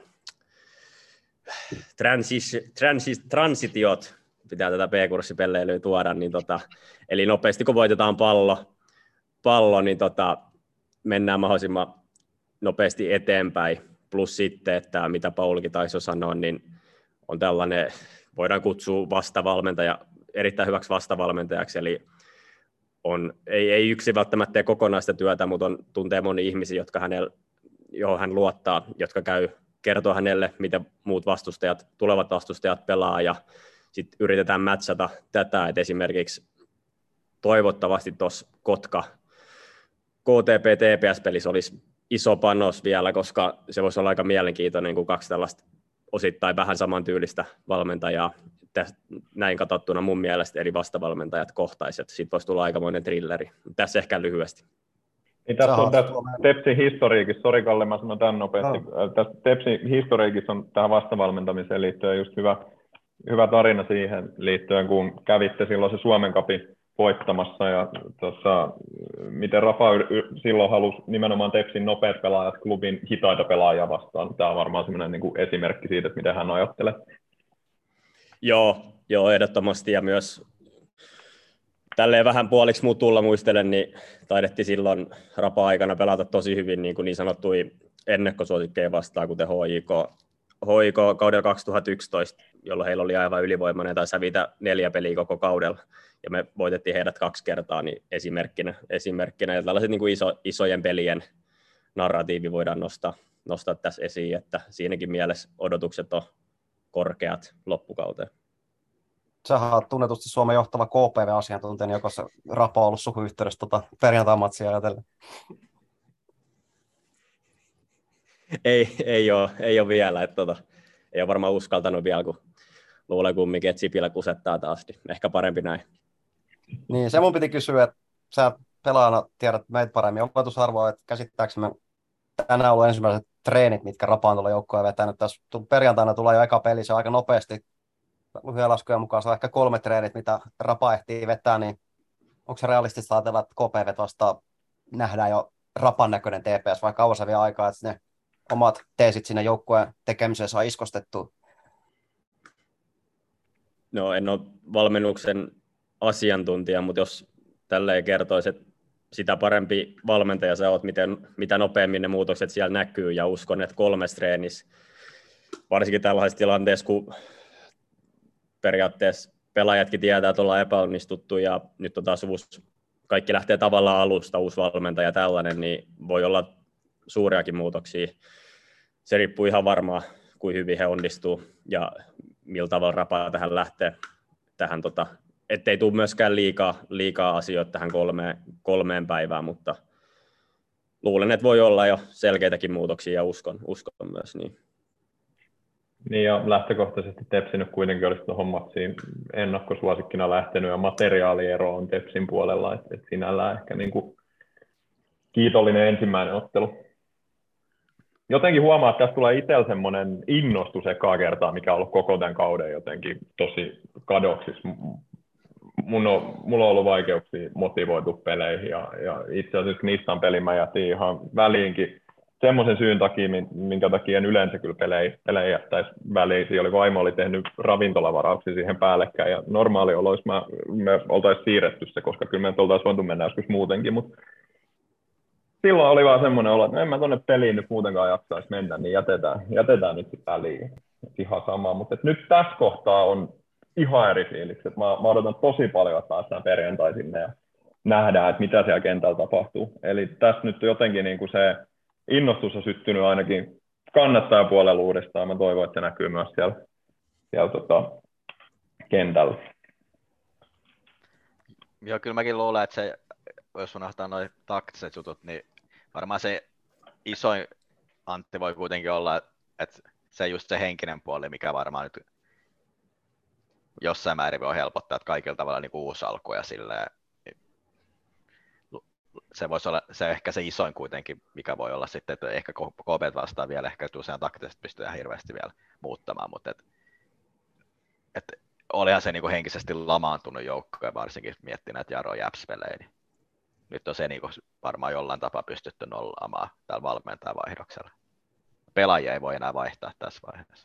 transis, transis, transitiot, pitää tätä P-kurssipelleilyä tuoda, niin tota, eli nopeasti kun voitetaan pallo, pallo niin tota, mennään mahdollisimman nopeasti eteenpäin, plus sitten, että mitä Paulikin taisi jo sanoa, niin on tällainen, voidaan kutsua vastavalmentaja, erittäin hyväksi vastavalmentajaksi, eli on, ei, ei yksi välttämättä tee kokonaista työtä, mutta on, tuntee moni ihmisiä, jotka hänellä, johon hän luottaa, jotka käy kertoo hänelle, miten muut vastustajat, tulevat vastustajat pelaa, ja sitten yritetään matchata tätä, että esimerkiksi toivottavasti tuossa Kotka K T P T P S-pelissä olisi iso panos vielä, koska se voisi olla aika mielenkiintoinen, kun kaksi tällaista osittain vähän samantyylistä valmentajaa, näin katsottuna mun mielestä eri vastavalmentajat kohtaiset. Siitä voisi tulla aikamoinen thrilleri. Tässä ehkä lyhyesti. Niin tässä on tässä Tepsin historiikissa, sori Kalle, mä sanon tämän nopeasti, no. Tässä Tepsin historiikissa on tähän vastavalmentamiseen liittyen just hyvä, hyvä tarina siihen liittyen, kun kävitte silloin se Suomen Cupin voittamassa, ja tuossa, miten Rafa silloin halusi nimenomaan Tepsin nopeat pelaajat klubin hitaita pelaajia vastaan. Tämä on varmaan semmoinen niin kuin esimerkki siitä, että miten hän ajattelee. Joo, joo, ehdottomasti, ja myös tälleen vähän puoliksi mutulla muistelen, niin taidettiin silloin Rapa-aikana pelata tosi hyvin niin, kuin niin sanottuja ennakkosuosikkeja vastaan, kuten H I K, H I K kaudella kaksituhattayksitoista, jolloin heillä oli aivan ylivoimainen tai sävitä neljä peliä koko kaudella, ja me voitettiin heidät kaksi kertaa, niin esimerkkinä, esimerkkinä ja tällaiset niin kuin iso, isojen pelien narratiivi voidaan nostaa, nostaa tässä esiin, että siinäkin mielessä odotukset on korkeat loppukauteen. Sähän on tunnetusti Suomen johtava K P V-asiantuntija, niin joko se Rapa on ollut sukuyhteydessä tuota perjantai-matsia ajatellen? Ei, ei, ole, ei ole vielä. Että tota, ei ole varmaan uskaltanut vielä, kun luulen kumminkin, että Sipilä kusettaa taas. Niin ehkä parempi näin. Niin, se mun piti kysyä, että sä pelaajana tiedät meitä paremmin opetusarvoa, että käsittääksemme tänään on ollut ensimmäiset treenit, mitkä Rapa on tuolla joukkoja vetänyt. Tässä perjantaina tulee jo eka peli, se on aika nopeasti. Lyhyen laskujen mukaan se on ehkä kolme treenit, mitä Rapa ehtii vetää, niin onko se realistista ajatella, että K P V vastaan nähdään jo Rapan näköinen T P S, vai kauan se vie aikaa, että ne omat teesit sinne joukkueen tekemiseen saa iskostettua? No en ole valmennuksen asiantuntija, mutta jos tälleen kertoisi, että sitä parempi valmentaja sä oot, miten, mitä nopeammin ne muutokset siellä näkyy, ja uskon, että kolmes treenissä, varsinkin tällaisessa tilanteessa, kun periaatteessa pelaajatkin tietää, että ollaan epäonnistuttu, ja nyt on taas uusi, kaikki lähtee tavallaan alusta, uusi valmentaja ja tällainen, niin voi olla suuriakin muutoksia. Se riippuu ihan varmaan, kuin hyvin he onnistuu, ja millä tavalla Rapa tähän lähtee, tähän tota, ettei tule myöskään liikaa, liikaa asioita tähän kolmeen, kolmeen päivään, mutta luulen, että voi olla jo selkeitäkin muutoksia ja uskon, uskon myös niin. Niin ja lähtökohtaisesti Tepsi nyt kuitenkin olisi tuohon matsiin ennakkosuosikkina lähtenyt ja materiaaliero on Tepsin puolella, että et sinällään ehkä niin kuin kiitollinen ensimmäinen ottelu. Jotenkin huomaa, että tässä tulee itsellä semmoinen innostus ekaa kertaa, mikä on ollut koko tämän kauden jotenkin tosi kadoksissa. Mun on, mulla on ollut vaikeuksia motivoitua peleihin ja, ja itse asiassa Nissan pelin mä jätin ihan väliinkin semmoisen syyn takia, minkä takia en yleensä kyllä pelejä, pelejä jättäisi väliin. Siinä oli vaimo oli tehnyt ravintolavarauksia siihen päällekkäin ja normaalioloissa mä, me oltaisiin siirretty se, koska kyllä me oltaisiin voitu mennä joskus muutenkin, mutta silloin oli vaan semmoinen olo, että no en mä tuonne peliin nyt muutenkaan jaksaisi mennä, niin jätetään, jätetään nyt se väliin. Et ihan sama, mutta nyt tässä kohtaa on ihan eri fiiliksi. Mä, mä odotan tosi paljon, että päästään perjantai sinne ja nähdään, että mitä siellä kentällä tapahtuu. Eli tässä nyt jotenkin niin kuin se innostus on syttynyt ainakin kannattajapuolella uudestaan. Mä toivon, että se näkyy myös siellä, siellä tota, kentällä. Joo, kyllä mäkin luulen, että se, jos unohtaa nuo taktiset jutut, niin varmaan se isoin Antti voi kuitenkin olla, että se just se henkinen puoli, mikä varmaan nyt jossain määrin voi helpottaa, että kaikilla tavalla niin kuin uusi alku ja silleen, se voisi olla se ehkä se isoin kuitenkin, mikä voi olla sitten, että ehkä K P vastaan vielä ehkä usein taktisesti pystytään hirveästi vielä muuttamaan, mutta et, et olihan se niin kuin henkisesti lamaantunut joukko ja varsinkin miettii näitä Jaro Japs-pelejä, niin nyt on se niin kuin varmaan jollain tapaa pystytty nollaamaan tällä valmentajavaihdoksella. Pelaajia ei voi enää vaihtaa tässä vaiheessa.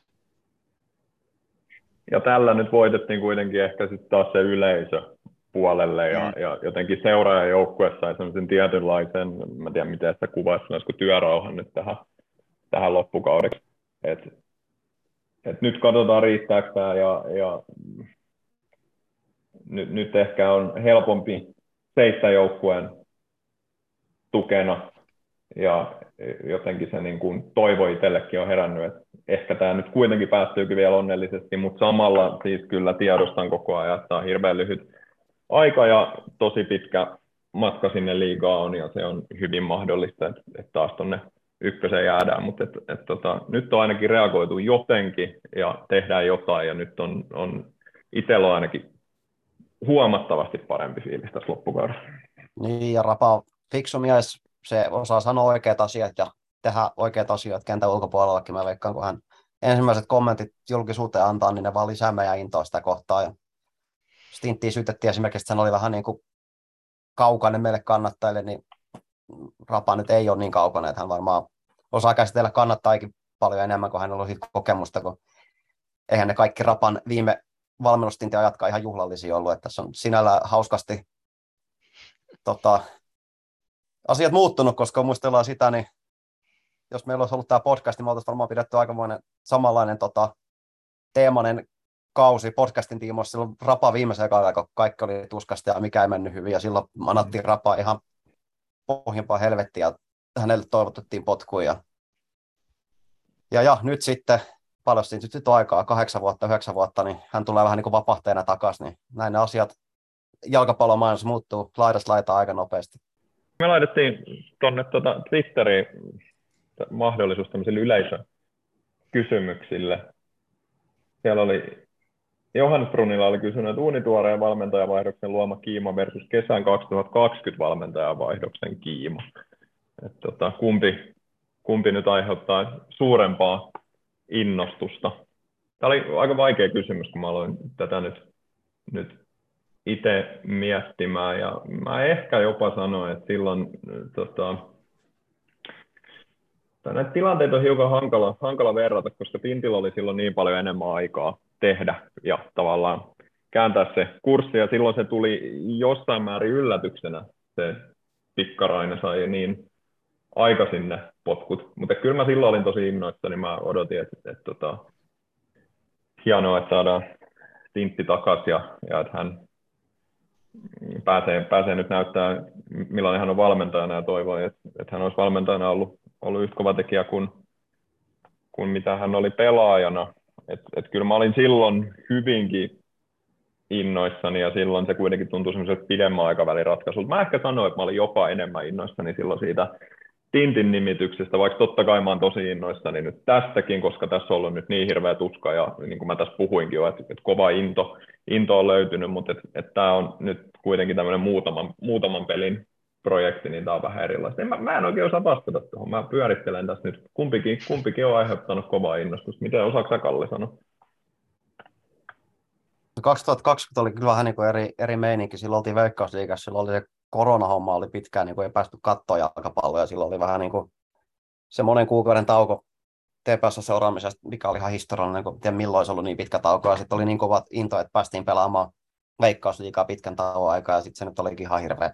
Ja tällä nyt voitettiin kuitenkin ehkä sitten taas se yleisö puolelle ja, mm. ja jotenkin seuraajajoukkueessa sai semmoisen tietynlaisen, mä tiedän miten sitä kuvaisi, olisiko työrauhan nyt tähän, tähän loppukaudeksi. Et, et nyt katsotaan riittääkö tämä ja, ja nyt, nyt ehkä on helpompi seistä joukkueen tukena ja jotenkin se niin kuin toivo itsellekin on herännyt, että ehkä tämä nyt kuitenkin päättyykin vielä onnellisesti, mutta samalla siis kyllä tiedostan koko ajan, että tämä on hirveän lyhyt aika ja tosi pitkä matka sinne liigaan on ja se on hyvin mahdollista, että, että taas tuonne ykköseen jäädään, mutta et, et, tota, nyt on ainakin reagoitu jotenkin ja tehdään jotain ja nyt on, on itsellä on ainakin huomattavasti parempi fiilis tässä loppukaudessa. Niin ja Rapa on fiksu mies, se osaa sanoa oikeat asiat ja tehdä oikeat asiat kentän ulkopuolellakin. Mä veikkaan, kun hän ensimmäiset kommentit julkisuuteen antaa, niin ne vaan lisää meidän intoa sitä kohtaa. Ja Stinttiä syytettiin esimerkiksi, että hän oli vähän niin kuin kaukainen meille kannattajille, niin Rapa nyt ei ole niin kaukainen, että hän varmaan osaa käsitellä kannattajikin paljon enemmän kuin hänellä on siitä kokemusta, kun eihän ne kaikki Rapan viime valmennustintia ajatkaan ihan juhlallisia ollut, että tässä on sinällään hauskasti tota, asiat muuttunut, koska muistellaan sitä, niin jos meillä olisi ollut tämä podcast, niin me oltaisiin varmaan pidetty aikamoinen samanlainen tota, teemainen kausi podcastin tiimoissa silloin Rapa viimeisen aikaa, kun kaikki oli tuskasta ja mikä ei mennyt hyvin, ja silloin manattiin Rapaa ihan pohjimpaa helvettiä, ja hänelle toivotuttiin potkuja. Ja, ja nyt sitten, paljon nyt, nyt on aikaa, kahdeksan vuotta, yhdeksän vuotta, niin hän tulee vähän niin kuin vapahtajana takaisin, niin näin ne asiat jalkapallomaailmassa muuttuu laidasta laitaan aika nopeasti. Me laitettiin tuonne tuota Twitteriin mahdollisuus tämmöisille yleisökysymyksille. Siellä oli, Johannes Brunilla oli kysynyt, että uunituoreen valmentajavaihdoksen luoma kiima versus kesän kaksituhattakaksikymmentä valmentajavaihdoksen kiima. Että tota, kumpi, kumpi nyt aiheuttaa suurempaa innostusta? Tämä oli aika vaikea kysymys, kun mä aloin tätä nyt, nyt itse miettimään, ja mä ehkä jopa sanoin, että silloin tota, näitä tilanteita on hiukan hankala, hankala verrata, koska Tintillä oli silloin niin paljon enemmän aikaa tehdä ja tavallaan kääntää se kurssi, ja silloin se tuli jossain määrin yllätyksenä, se Pikkarainen sai niin aikaisin ne potkut, mutta kyllä mä silloin olin tosi innoissa, niin mä odotin, että, että, että tota, hienoa, että saadaan Tintti takaisin ja, ja että hän pääsee, pääsee nyt näyttää, millainen hän on valmentajana, ja toivon, että, että hän olisi valmentajana ollut, ollut yhtä kova tekijä kuin, kuin mitä hän oli pelaajana. Et, et kyllä mä olin silloin hyvinkin innoissani, ja silloin se kuitenkin tuntui semmoiselta pidemmän aikavälin ratkaisulta. Mä ehkä sanoin, että mä olin jopa enemmän innoissani silloin siitä Tintin nimityksestä, vaikka totta kai mä oon tosi innoissani nyt tästäkin, koska tässä on ollut nyt niin hirveä tuska, ja niin kuin mä tässä puhuinkin jo, että, että kova into, into on löytynyt, mutta että, että tämä on nyt kuitenkin tämmöinen muutaman, muutaman pelin projekti, niin tämä on vähän erilaista. Mä, mä en oikein osaa vastata tuohon, mä pyörittelen tässä nyt, kumpikin, kumpikin on aiheuttanut kovaa innostusta. Miten osaako sä, Kalle, sanoa? kaksituhattakaksikymmentä oli kyllä vähän niin kuin eri, eri meininki. Silloin oltiin Veikkausliigassa, silloin oli se koronahomma oli pitkään, niin kuin ei päästy katsoa jalkapalloa, ja silloin oli vähän niin kuin se monen kuukauden tauko T P S-seuraamisesta, mikä oli ihan historiallinen, kun tiedän milloin olisi ollut niin pitkä tauko, ja sitten oli niin kovat into, että päästiin pelaamaan Veikkausliigaa pitkän tauon aikaa, ja sitten se nyt olikin ihan hirveät.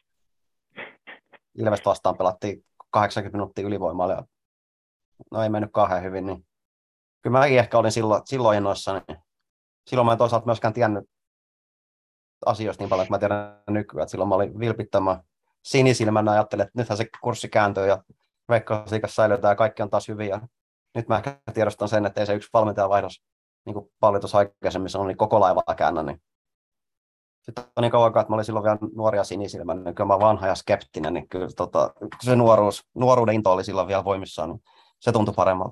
Ilvestä vastaan pelattiin kahdeksankymmentä minuuttia ylivoimalla, ja no ei mennyt kauhean hyvin, niin kyllä mäkin ehkä olin silloin, silloin innoissani. Silloin mä en toisaalta myöskään tiennyt asioista niin paljon, kuin mä tiedän nykyään. Että silloin mä olin vilpittömän sinisilmänä, ajattelin, että nythän se kurssi kääntyy ja Veikkausliigassa säilytään ja kaikki on taas hyviä. Nyt mä ehkä tiedostan sen, että ei se yksi valmentajavaihdos, niin kuin paljon tuossa aikaisemmin sanoi, niin koko laivaa käännä. Niin. Sitten on niin kauan, että mä olin silloin vielä nuoria sinisilmänä, niin kyllä mä vanha ja skeptinen, niin kyllä tota, se nuoruus, nuoruuden into oli silloin vielä voimissaan, niin se tuntui paremmalta.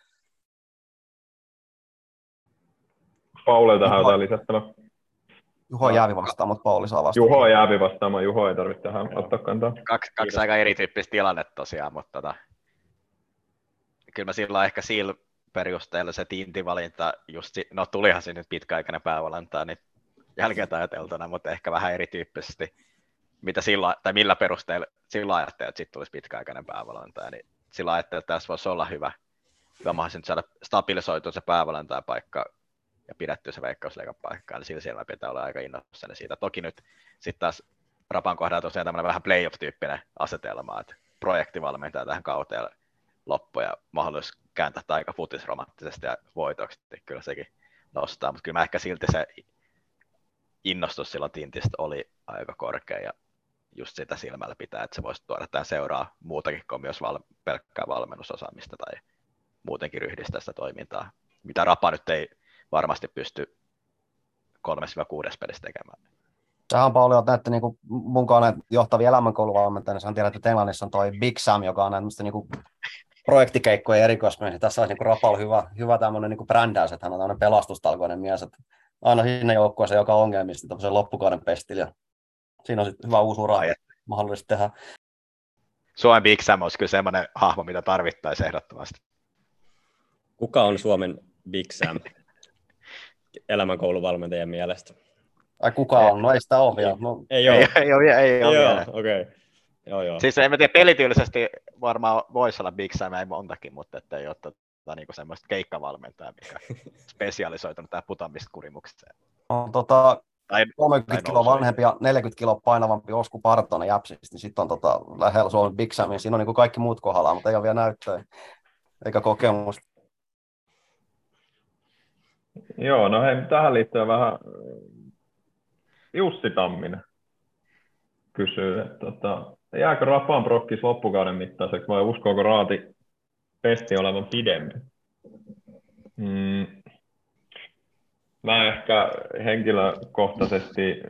Paulilta tähän jotain lisättävä. Juho jäävi vastaan, mutta Pauli saa vastaan. Juho jäävi vastaamaan, Juho ei tarvitse tähän ottaa kantaa. Kaksi, kaksi aika erityyppistä tilannetta tosiaan, mutta tota, kyllä mä silloin ehkä sillä perusteella se Tinti-valinta, just, no tulihan se nyt pitkäaikainen päävalentaja, niin jälkeen ajateltuna, mutta ehkä vähän erityyppisesti, mitä silloin, tai millä perusteella silloin ajattelin, että sitten tulisi pitkäaikainen päävalentaja, niin silloin ajattelin, että tässä voisi olla hyvä, hyvä mahdollisuus saada stabilisoitua se päävalentajapaikka ja pidettyä se Veikkausliigan paikkaan, niin sillä siellä pitää olla aika innoissani siitä. Toki nyt sitten taas Rapan kohdalla tosiaan tämmöinen vähän playoff-tyyppinen asetelma, että projektivalmentaja tähän kauteen loppu ja mahdollisuus kääntää aika futisromanttisesti ja voitoksi, niin kyllä sekin nostaa, mutta kyllä mä ehkä silti se innostus silloin Tintistä oli aika korkea ja just sitä silmällä pitää, että se voisi tuoda tämän seuraa muutakin kuin myös val- pelkkää valmennusosaamista tai muutenkin ryhdistää sitä toimintaa, mitä Rapa nyt ei varmasti pysty kolmesta kuudes pelissä tekemään. Sähän Pauli olet näette niin mun kanssa johtavia elämänkouluvalmentajia, niin sä tiedät, että Englannissa on toi Big Sam, joka on näitä niin projektikeikkoja erikoismies. Tässä olisi niin Rapalla hyvä, hyvä tämmöinen niin brändäys, että hän on tämmöinen pelastustalkoinen mies, että aina sinne joukkueeseen, joka on ongelmista tämmöisen loppukauden pestillä. Siinä on sitten hyvä uusi ura mahdollisesti tehdä. Suomen Big Sam olisi kyllä semmoinen hahmo, mitä tarvittaisiin ehdottomasti. Kuka on Suomen Big Sam elämänkouluvalmentajien mielestä? Ai kuka on? No ei sitä ole vielä. No, ei ole. Ei, ei ole, ei ei ole ole. vielä. Okei. Okay. Joo, joo. Siis en mä tiedä, pelityylisesti varmaan voisi olla Big Sam, ei montakin, mutta että ei ole tota, niinku semmoista keikkavalmentajaa, mikä spesialisoitunut tähän putoamista kurimukseen. on tota, Tai, kolmekymmentä kiloa vanhempi ja neljäkymmentä kiloa painavampi Osku Partonen Jäpsistä, niin sitten on tota, lähellä Suomen Big Sam, siinä on niin kuin kaikki muut kohdallaan, mutta ei ole vielä näyttöä eikä kokemusta. Joo, no hei, tähän liittyen vähän Jussi Tamminen kysyy, että tota, jääkö Rapan prokkis loppukauden mittaiseksi vai uskoako Raati pesti olevan pidempi? Mm. Mä ehkä henkilökohtaisesti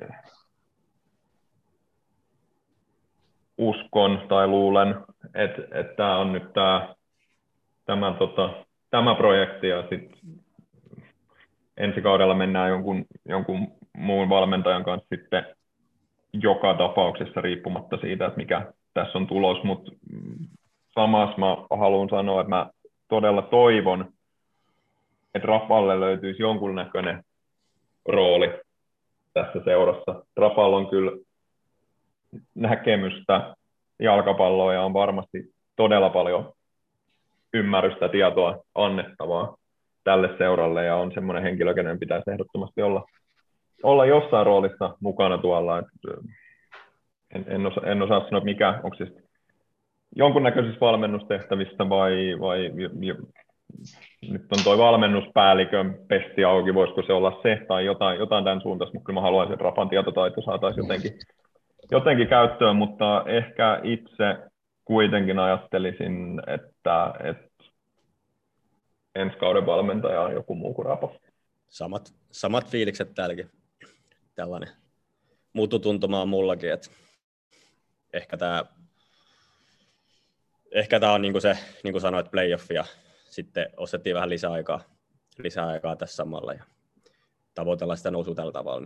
uskon tai luulen, että, että tämä on nyt tämä, tämä, tota, tämä projekti ja sitten ensi kaudella mennään jonkun, jonkun muun valmentajan kanssa sitten joka tapauksessa riippumatta siitä, että mikä tässä on tulos, mutta samassa mä haluan sanoa, että mä todella toivon, että Rapalle löytyisi jonkunnäköinen rooli tässä seurassa. Rapalla on kyllä näkemystä jalkapalloa ja on varmasti todella paljon ymmärrystä ja tietoa annettavaa tälle seuralle ja on semmoinen henkilö, kenen pitäisi ehdottomasti olla, olla jossain roolissa mukana tuolla. Et en, en, osa, en osaa sanoa, mikä, onko siis jonkunnäköisissä valmennustehtävissä vai, vai jo, nyt on tuo valmennuspäällikön pesti auki, voisiko se olla se tai jotain, jotain tämän suuntaista, mutta kyllä mä haluaisin, että Rapan tietotaito saataisiin jotenkin, jotenkin käyttöön, mutta ehkä itse kuitenkin ajattelisin, että, että ensi kauden valmentaja on joku muu kuin Rapa. Samat, samat fiilikset täälläkin. Tällainen mututuntuma on mullakin, että ehkä tämä ehkä tämä on niin kuin se, niin kuin sanoit, playoff ja sitten ostettiin vähän lisäaikaa, lisäaikaa tässä samalla ja tavoitellaan sitä nousua tällä tavalla.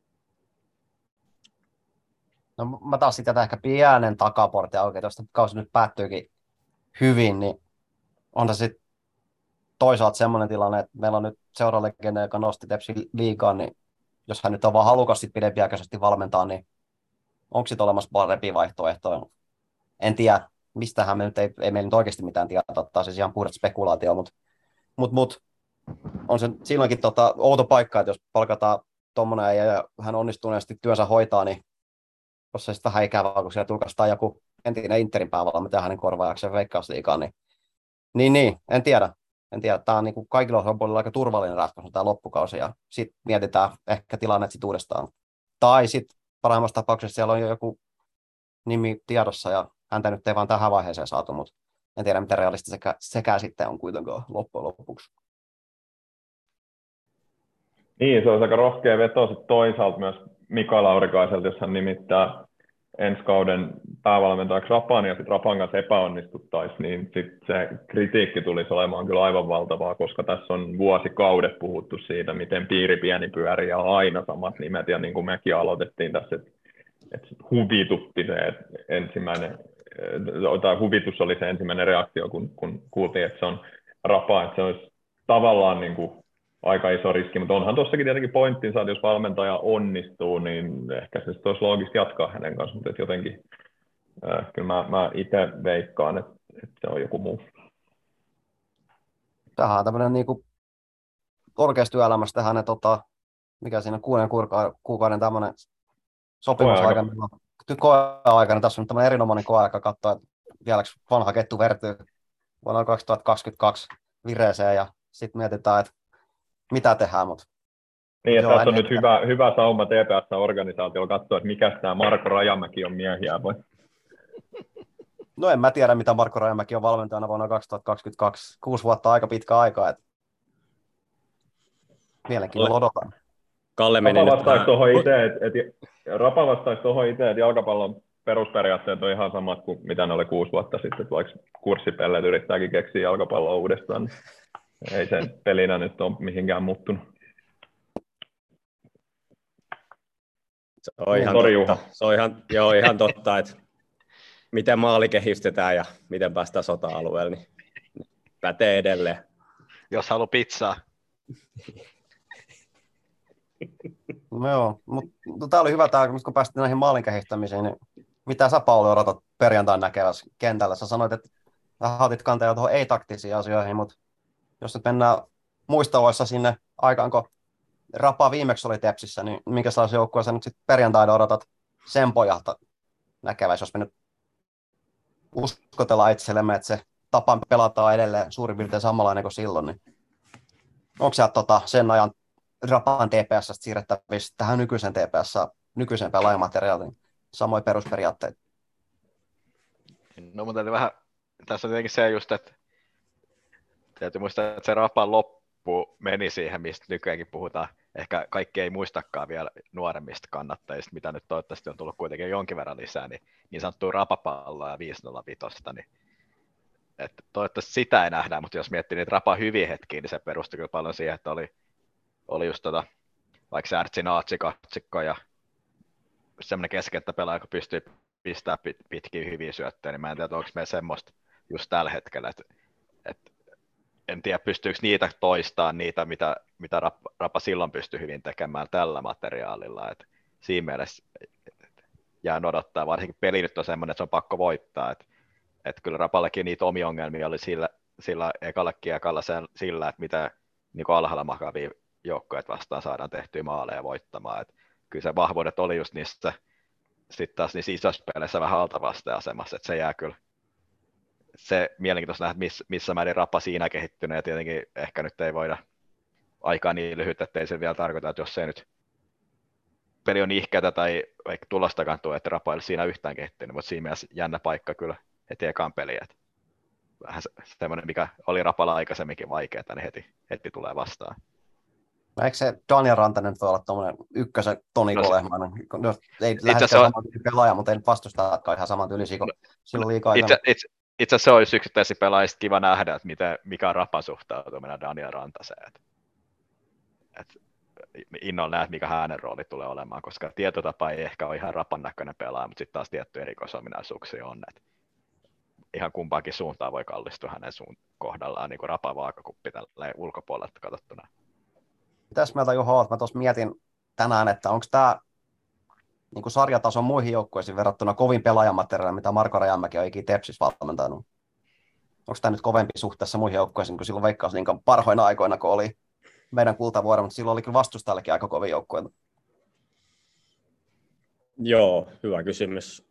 No mä taas sitten ehkä pienen takaportin auki, että jos kausi nyt päättyykin hyvin, niin on se sitten toisaalta semmoinen tilanne, että meillä on nyt seuralegenda, joka nosti Tepsin liigaan, niin jos hän nyt on vaan halukas sit pidempiaikaisesti valmentaa, niin onko sitten olemassa parempi vaihtoehto? En tiedä, mistähän me nyt ei, ei meillä nyt oikeasti mitään tietoa, tämä on siis ihan puhdas spekulaatio, mutta mut, mut, on se silloinkin tota, outo paikka, että jos palkataan tuommoinen ja hän onnistuneesti työnsä hoitaa, niin jos se sitten vähän ikävää, kun siellä tulkaistaan joku entinen Interin päävalmentaja hänen korvaajakseen Veikkausliigaan, niin, niin, niin en tiedä. En tiedä, tämä on niin kuin kaikilla osapuolilla aika turvallinen ratkaisu tämä loppukausi, ja sitten mietitään ehkä tilannet sitten uudestaan. Tai sitten parhaimmassa tapauksessa siellä on jo joku nimi tiedossa, ja häntä nyt ei vaan tähän vaiheeseen saatu, mutta en tiedä, miten realistista sekä, sekä sitten on kuitenkaan loppujen lopuksi. Niin, se olisi aika rohkea veto sitten toisaalta myös Mika Laurikaiselta, jos hän nimittää ensi kauden päävalmentajaksi Rapan ja sitten Rapan kanssa epäonnistuttaisiin, niin sitten se kritiikki tulisi olemaan kyllä aivan valtavaa, koska tässä on vuosikaudet puhuttu siitä, miten piiri pieni pyörii ja aina samat nimet, ja niin kuin mekin aloitettiin tässä, että, että huvitutti se että ensimmäinen, tai huvitus oli se ensimmäinen reaktio, kun, kun kuultiin, että se on Rapa, että se olisi tavallaan niin kuin aika iso riski, mutta onhan tuossakin tietenkin pointtinsa, että jos valmentaja onnistuu, niin ehkä se olisi loogista jatkaa hänen kanssaan, mutta jotenkin äh, kyllä mä, mä itse veikkaan, että, että se on joku muu. Tähän on tämmöinen niin kuin korkeassa työelämässä tehdään ne, tota, mikä siinä on kuuden kuukauden tämmöinen sopimusaika. Koeaika, niin tässä on tämmöinen erinomainen koeaika katsoa, että vieläkö vanha kettu vertyy vuonna kaksituhattakaksikymmentäkaksi vireeseen ja sitten mietitään, että mitä tehdään, mutta... Niin, että tässä on nyt hyvä, hyvä sauma T P S-organisaatiolla katsoa, että mikä tämä Marko Rajamäki on miehiä vai? No en mä tiedä, mitä Marko Rajamäki on valmentajana vuonna kaksituhattakaksikymmentäkaksi. Kuusi vuotta aika pitkä aika, että mielenkiinnolla odotan. Kalle meni Rapa nyt vastaisi tuohon itse, että et, Rapa vastaisi tuohon itse, että jalkapallon perusperiaatteet on ihan samat kuin mitä ne oli kuusi vuotta sitten, että vaikka kurssipelleet yrittääkin keksiä jalkapalloa uudestaan, niin ei sen pelinä nyt ole mihinkään muuttunut. Se on ihan Sori, totta. Juha. Se on ihan, joo, ihan totta, että miten maali kehistetään ja miten päästään sota-alueelle, niin pätee edelleen. Jos haluaa pizzaa. No joo, mutta no, tämä oli hyvä, tää, kun päästiin näihin maalin kehittämisiin, niin mitä sä, Pauli, odotat perjantain näkevässä kentällä? Sä sanoit, että vähän otit kantaa tuohon ei-taktisiin asioihin, mutta jos nyt mennään muistavuissa sinne aikaan, kun Rapa viimeksi oli Tepsissä, niin minkä sellaisen joukkueen sä nyt sitten perjantaina odotat sen pojalta näkevässä, jos me nyt uskotellaan itsellemme, että se tapa pelataan edelleen suurin piirtein samanlainen kuin silloin, niin onko sieltä tota, sen ajan Rapan T P S siirrettävissä tähän nykyisen T P S, nykyiseen pelaajamateriaaliin, samoin perusperiaatteet? No mutta vähän, tässä on tietenkin se just, että täytyy muistaa, että se Rapan loppu meni siihen, mistä nykyäänkin puhutaan. Ehkä kaikki ei muistakaan vielä nuoremmista kannattajista, mitä nyt toivottavasti on tullut kuitenkin jonkin verran lisää, niin, niin sanottua rapapalloa ja viisi nolla viisi, niin että toivottavasti sitä ei nähdä, mutta jos miettii niitä Rapan hyviä hetkiä, niin se perustui kyllä paljon siihen, että oli, oli just tota, vaikka Särtsi, Naatsi, Katsikko ja semmoinen keskenttäpelaaja, joka pystyy pistämään pit, pitkiä hyviä syöttöjä, niin mä en tiedä, onko meillä semmoista just tällä hetkellä, että, että en tiedä, pystyykö niitä toistamaan, niitä, mitä, mitä Rapa silloin pystyi hyvin tekemään tällä materiaalilla. Et siinä mielessä jään odottaa, varsinkin peli nyt on semmoinen, että se on pakko voittaa. Et, et kyllä Rapallekin niitä omia ongelmia oli sillä, sillä ekalla kiekalla sillä, että mitä niin alhaalla makaavia joukkoja vastaan saadaan tehtyä maaleja voittamaan. Et kyllä se vahvuudet oli just niissä, sitten taas niissä isoissa peleissä vähän altavasteen asemassa, että se jää kyllä. Se mielenkiintoista nähdä, miss, missä määrin Rapa siinä kehittynyt, ja tietenkin ehkä nyt ei voida aikaa niin lyhyt, että ei se vielä tarkoita, että jos se nyt peli on ihkeätä tai vaikka tulostakaan tuo, että Rapa ei ole siinä yhtään kehittynyt, mutta siinä mielessä jännä paikka kyllä heti ekaan peliä. Vähän semmoinen, mikä oli Rapalla aikaisemminkin vaikeaa, niin heti, heti tulee vastaan. Eikö se Daniel Rantanen voi olla tuommoinen ykkösen Toni No, Kolehmainen? No, ei itse lähdetä se on- saman tyylisiä pelaaja, mutta ei nyt vastustajakaan ihan saman tyylisiä, kun No, silloin liikaa Itse, itse, itse asiassa se olisi yksittäisiä pelaajista kiva nähdä, että miten, mikä on Rapan suhtautuminen Daniel Rantaseen. Et, et, innolla näet, mikä hänen rooli tulee olemaan, koska tietotapa ei ehkä ole ihan Rapan näköinen pelaaja, mutta sitten taas tietty erikoisominaisuuksia on. Et ihan kumpaankin suuntaan voi kallistua hänen suun kohdallaan niin kuin Rapan vaakakuppi tällä ulkopuolelta katsottuna. Mitäs mieltä Juho olet? Mä tuossa mietin tänään, että onko tämä niin sarjatason muihin joukkueisiin verrattuna kovin pelaajamateriaali, mitä Marko Rajamäki on ikinä Tepsissä valmentanut. Onko tämä nyt kovempi suhteessa muihin joukkueisiin kuin silloin Veikkaus niin parhoina aikoina, kun oli meidän kultavuori, mutta silloin oli kyllä vastustajallekin aika kovin joukkueita. Joo, hyvä kysymys.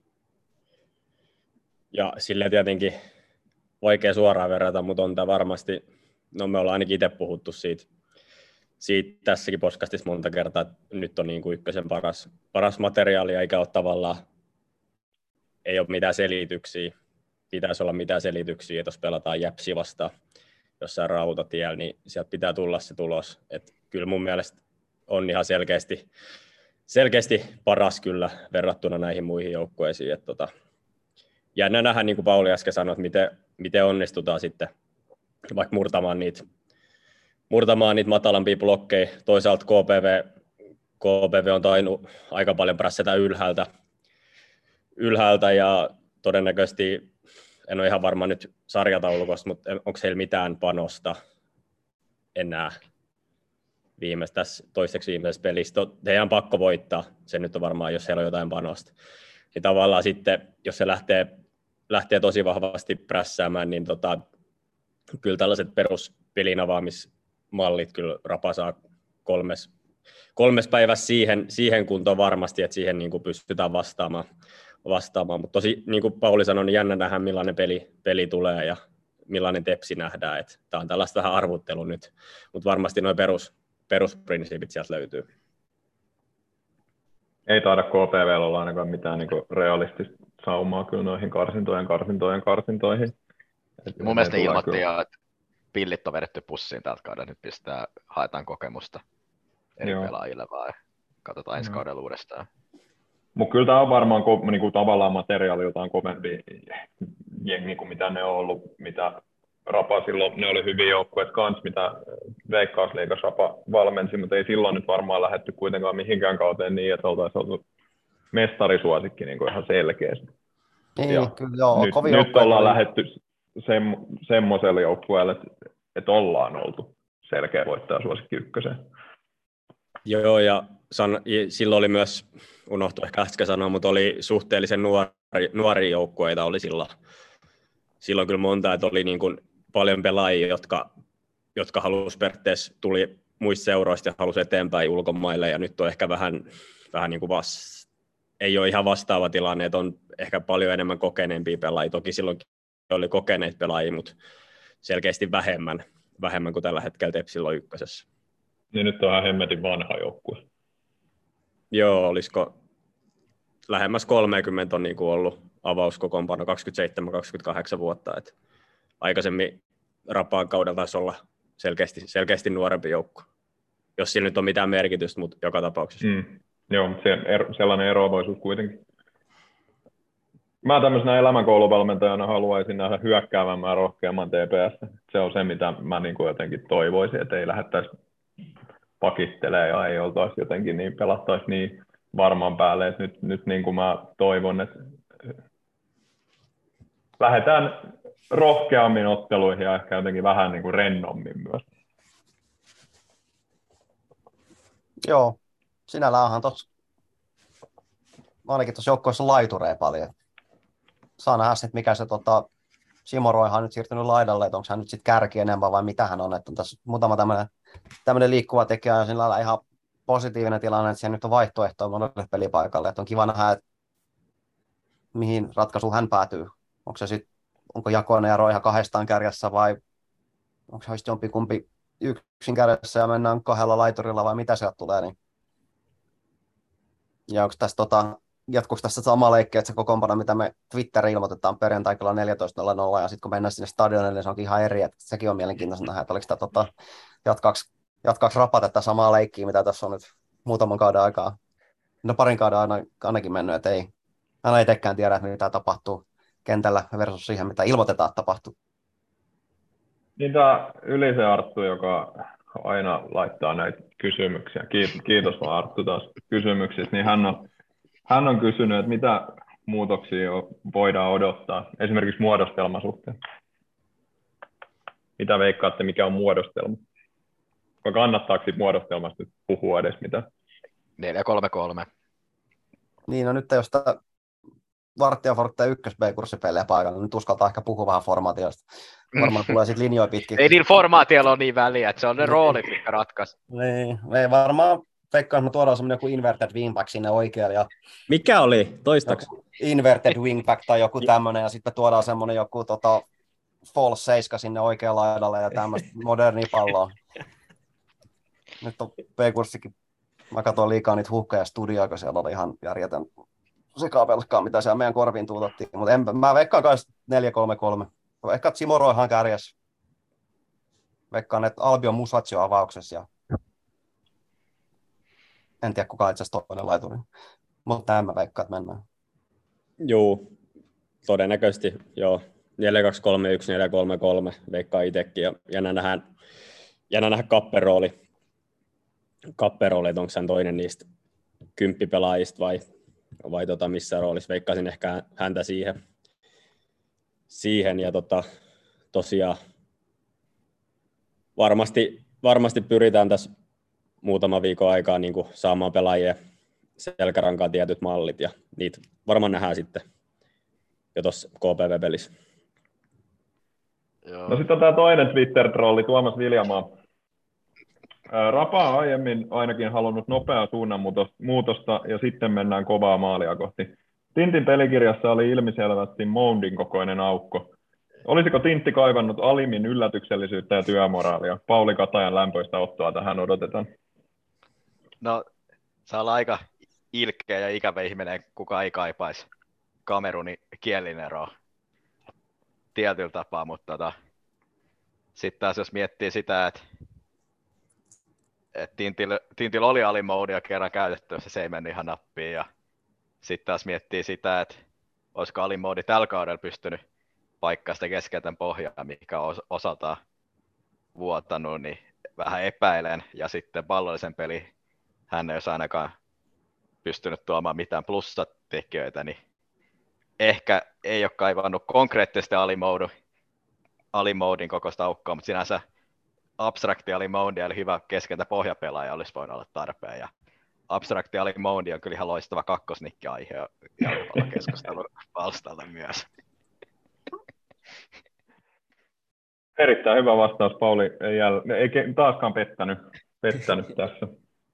Ja sille tietenkin vaikea suoraan verrata, mutta on tämä varmasti, no me ollaan ainakin itse puhuttu siitä, siitä tässäkin podcastissa monta kertaa, että nyt on niin kuin ykkösen paras, paras materiaali, eikä ole tavallaan, ei ole mitään selityksiä, pitäisi olla mitään selityksiä, että jos pelataan Jäpsi vastaan jossain rautatiellä, niin sieltä pitää tulla se tulos. Että kyllä mun mielestä on ihan selkeästi, selkeästi paras kyllä verrattuna näihin muihin joukkueisiin. Että tota, jännä nähdä, niin kuin Pauli äsken sanoi, että miten, miten onnistutaan sitten vaikka murtamaan niitä, murtamaan niitä matalampia blokkeja. Toisaalta K P V, K P V on tainnut aika paljon prässätä ylhäältä, ylhäältä ja todennäköisesti, en ole ihan varma nyt sarjataulukosta, mutta onko heillä mitään panosta enää viimeis, tässä toiseksi viimeisessä pelissä. Heidän on pakko voittaa, se nyt on varmaan, jos heillä on jotain panosta. Ja tavallaan sitten, jos se lähtee, lähtee tosi vahvasti prässäämään, niin tota, kyllä tällaiset peruspelin avaamismallit kyllä Rapa saa kolmes, kolmes päivässä siihen, siihen kuntoon varmasti, että siihen niin kuin pystytään vastaamaan. vastaamaan. Mutta tosi, niin kuin Pauli sanoi, niin jännä nähdä, millainen peli, peli tulee ja millainen Tepsi nähdään. Tämä on tällaista vähän arvuttelu nyt, mutta varmasti nuo perus, perusprinsiipit sieltä löytyy. Ei taida K P V:llä olla ainakaan mitään niin kuin realistista saumaa kyllä noihin karsintojen, karsintojen, karsintoihin. Et mun mielestä ne ilmoitti kyllä. jo, että pillit on vedetty pussiin tältä kaudella. Nyt pistää, haetaan kokemusta eri Joo. pelaajille vai katsotaan ensi Joo. kaudella uudestaan. Mutta kyllä tämä on varmaan ko, niinku, tavallaan materiaaliltaan kovempi jengi kuin mitä ne on ollut, mitä Rapa silloin, ne oli hyviä joukkueet kanssa, mitä Veikkausliigassa Rapa valmensi, mutta ei silloin nyt varmaan lähdetty kuitenkaan mihinkään kauteen niin, että oltaisiin oltu mestarisuosikki niin kuin ihan selkeästi. Niin, kyllä joo. Nyt, kovin nyt ollaan oli... lähdetty sem, semmoiselle joukkueelle, että, että ollaan oltu selkeä voittajasuosikki ykköseen. Joo, ja san, silloin oli myös, unohtui ehkä äsken sanoa, mutta oli suhteellisen nuori, nuoria joukkueita oli silloin. Silloin kyllä monta, että oli niin kuin paljon pelaajia, jotka, jotka halusi periaatteessa, tuli muista seuroista ja halusi eteenpäin ulkomaille, ja nyt on ehkä vähän, vähän niin kuin vas, ei ole ihan vastaava tilanne, että on ehkä paljon enemmän kokeneempia pelaajia. Toki silloin oli kokeneita pelaajia, mutta selkeästi vähemmän, vähemmän kuin tällä hetkellä Tepsillä on ykkösessä. Niin nyt on ihan hemmetin vanha joukkue. Joo, olisiko lähemmäs kolmekymmentä on niin kuin ollut avauskokoonpano kaksikymmentäseitsemän kaksikymmentäkahdeksan vuotta. Et aikaisemmin Rapaan kaudella taisi olla selkeästi, selkeästi nuorempi joukko, jos sillä nyt on mitään merkitystä, mutta joka tapauksessa. Mm. Joo, se, er, sellainen eroavaisuus kuitenkin. Mä tämmöisenä elämänkouluvalmentajana haluaisin nähdä hyökkäävämmän ja rohkeamman T P S. Se on se, mitä mä niin kuin jotenkin toivoisin, että ei lähdettäisi pakittelee ja ei oltaisi jotenkin niin, pelattaisi niin varman päälle, että nyt, nyt niin kuin mä toivon, että lähdetään rohkeammin otteluihin ja ehkä jotenkin vähän niin kuin rennommin myös. Joo, sinällään onhan tuossa, ainakin tuossa joukkueessa laitureja paljon. Saa nähdä sitten, mikä se tota, Simo Roihan on nyt siirtynyt laidalle, että onko hän nyt sitten kärki enemmän vai mitä hän on, että on tässä muutama tämmöinen tämmöinen liikkuva tekijä on sillä ihan positiivinen tilanne, että siellä nyt on vaihtoehtoja monelle pelipaikalle, että on kiva nähdä, että mihin ratkaisu hän päätyy. Onko se sitten, onko Jakoinen ja Roiha kahdestaan kärjessä vai onko se jompikumpi yksin kärjessä ja mennään kahdella laiturilla vai mitä sieltä tulee. Niin. Ja onko tässä tota, jatkuuko tässä sama leikki, että se kokoonpano, mitä me Twitteriin ilmoitetaan perjantai kello neljätoista nolla nolla ja sitten kun mennään sinne stadionille, niin se onkin ihan eri, että sekin on mielenkiintoista nähdä, että oliko tämä tota, jatkaaks, jatkaaks Rapa tätä samaa leikkiä, mitä tässä on nyt muutaman kauden aikaa, no parin kauden aina, ainakin mennyt, että ei, hän ei itsekään tiedä, että mitä tapahtuu. kentällä versus siihen, mitä ilmoitetaan, että tapahtuu. Niin tämä Ylisen Arttu, joka aina laittaa näitä kysymyksiä. Kiitos vaan Arttu taas kysymyksistä. Niin hän, on, hän on kysynyt, että mitä muutoksia voidaan odottaa esimerkiksi muodostelman suhteen. Mitä veikkaatte, mikä on muodostelma? Vai kannattaako siitä muodostelmasta puhua edes mitä? neljä kolme kolme. Niin, no nyt jos tämä Varttia Forte ykkös B-kurssipelejä paikalla, nyt uskaltaa ehkä puhua vähän formaatiosta. Varmaan tulee sitten linjoja pitkin. Ei niillä formaatiolla ole niin väliä, että se on ne roolit, mitkä ratkaisi. Niin, ei varmaan veikkaan, että me tuodaan semmoinen joku inverted wingback sinne oikealle. Ja mikä oli? Toistaks? Inverted wingback tai joku tämmöinen, ja sitten me tuodaan semmoinen joku tota, false seiska sinne oikealle laidalle ja tämmöistä modernia palloa. Nyt on B-kurssikin. Mä katsoin liikaa niitä huhkeja studioja, kun siellä oli ihan järjetön sekapelkkaa, mitä siellä meidän korviin tuutattiin. Mutta mä veikkaan kai neljä kolme kolme. Veikkaan, että Simo Roihan kärjessä. Veikkaan, että Albion Musaccio avauksessa. Ja en tiedä, kuka itse asiassa toinen laituri. Mutta tämän mä veikkaan, että mennään. Juu, todennäköisesti joo. neljä kaksi kolme yksi, neljä kolme kolme, veikkaan itsekin. Ja jännä nähdä, jännä nähdä kapperooli. Kapperooli, että onko hän toinen niistä kymppipelaajista vai, vai tota, missä roolissa. Veikkaisin ehkä häntä siihen. siihen. Ja tota, tosiaan varmasti, varmasti pyritään tässä muutama viikon aikaa niin kuin saamaan pelaajien selkärankaan tietyt mallit. Ja niitä varmaan nähdään sitten jo tuossa K P V-pelissä. No sitten on tämä toinen Twitter-trolli, Tuomas Viljamaa. Rapa on aiemmin ainakin halunnut nopeaa suunnanmuutosta ja sitten mennään kovaa maalia kohti. Tintin pelikirjassa oli ilmiselvästi Moundin kokoinen aukko. Olisiko Tintti kaivannut Alimin yllätyksellisyyttä ja työmoraalia? Pauli Katajan lämpöistä ottoa tähän odotetaan. No, se on aika ilkeä ja ikävä ihminen, kuka ei kaipaisi Kamerunin kielin eroa tietyllä tapaa, mutta tota, sitten taas jos miettii sitä, että et Tintillä, Tintillä oli alimoudia kerran käytetty, se ei mennyt ihan nappiin. Ja sitten taas miettii sitä, että olisiko alimoudi tällä kaudella pystynyt paikkaa sitä keskeltä pohjaa, mikä on osaltaan vuotanut, niin vähän epäilen. Ja sitten pallollisen peli hän ei olisi ainakaan pystynyt tuomaan mitään plussatekijöitä, niin ehkä ei ole kaivannut konkreettisesti alimoudin, alimoudin kokoista aukkoa, mutta sinänsä abstrakti alimoudi eli hyvä keskeltä pohjapelaaja olisi voinut olla tarpeen. Ja abstrakti alimoudi on kyllä ihan loistava kakkosnikki-aihe jalkapallokeskustelun palstalta myös. Erittäin hyvä vastaus, Pauli. Ei, jäl... ei taaskaan pettänyt, pettänyt tässä.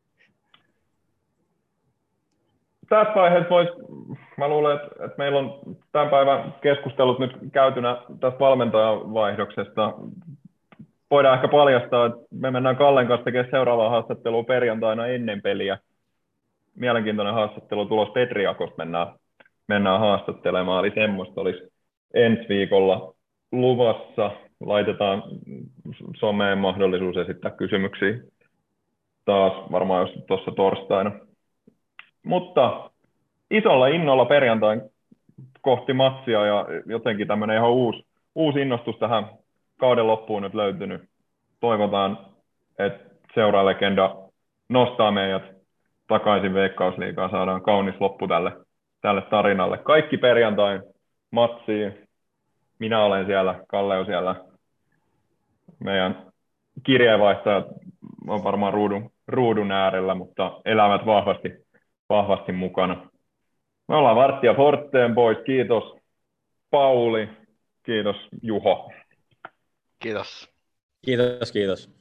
Tässä vaiheessa vois, mä luulen, että, että meillä on tämän päivän keskustelut nyt käytynä tästä valmentajan vaihdoksesta. Voidaan ehkä paljastaa, että me mennään Kallen kanssa tekemään seuraavaa haastattelua perjantaina ennen peliä. Mielenkiintoinen haastattelu tulos Petriakosta mennään, mennään haastattelemaan, eli semmoista olisi ensi viikolla luvassa. Laitetaan someen mahdollisuus esittää kysymyksiä taas varmaan jos tuossa torstaina. Mutta isolla innolla perjantain kohti matsia ja jotenkin tämmöinen ihan uusi, uusi innostus tähän kauden loppuun nyt löytynyt. Toivotaan, että seuralegenda nostaa meidät takaisin Veikkausliigaan, saadaan kaunis loppu tälle, tälle tarinalle. Kaikki perjantain matsiin. Minä olen siellä, Kalle on siellä. Meidän kirjeenvaihtajat on varmaan ruudun, ruudun äärellä, mutta elävät vahvasti, vahvasti mukana. Me ollaan Varttia Forteen pois. Kiitos Pauli. Kiitos Juho. Kiitos. Kiitos, kiitos.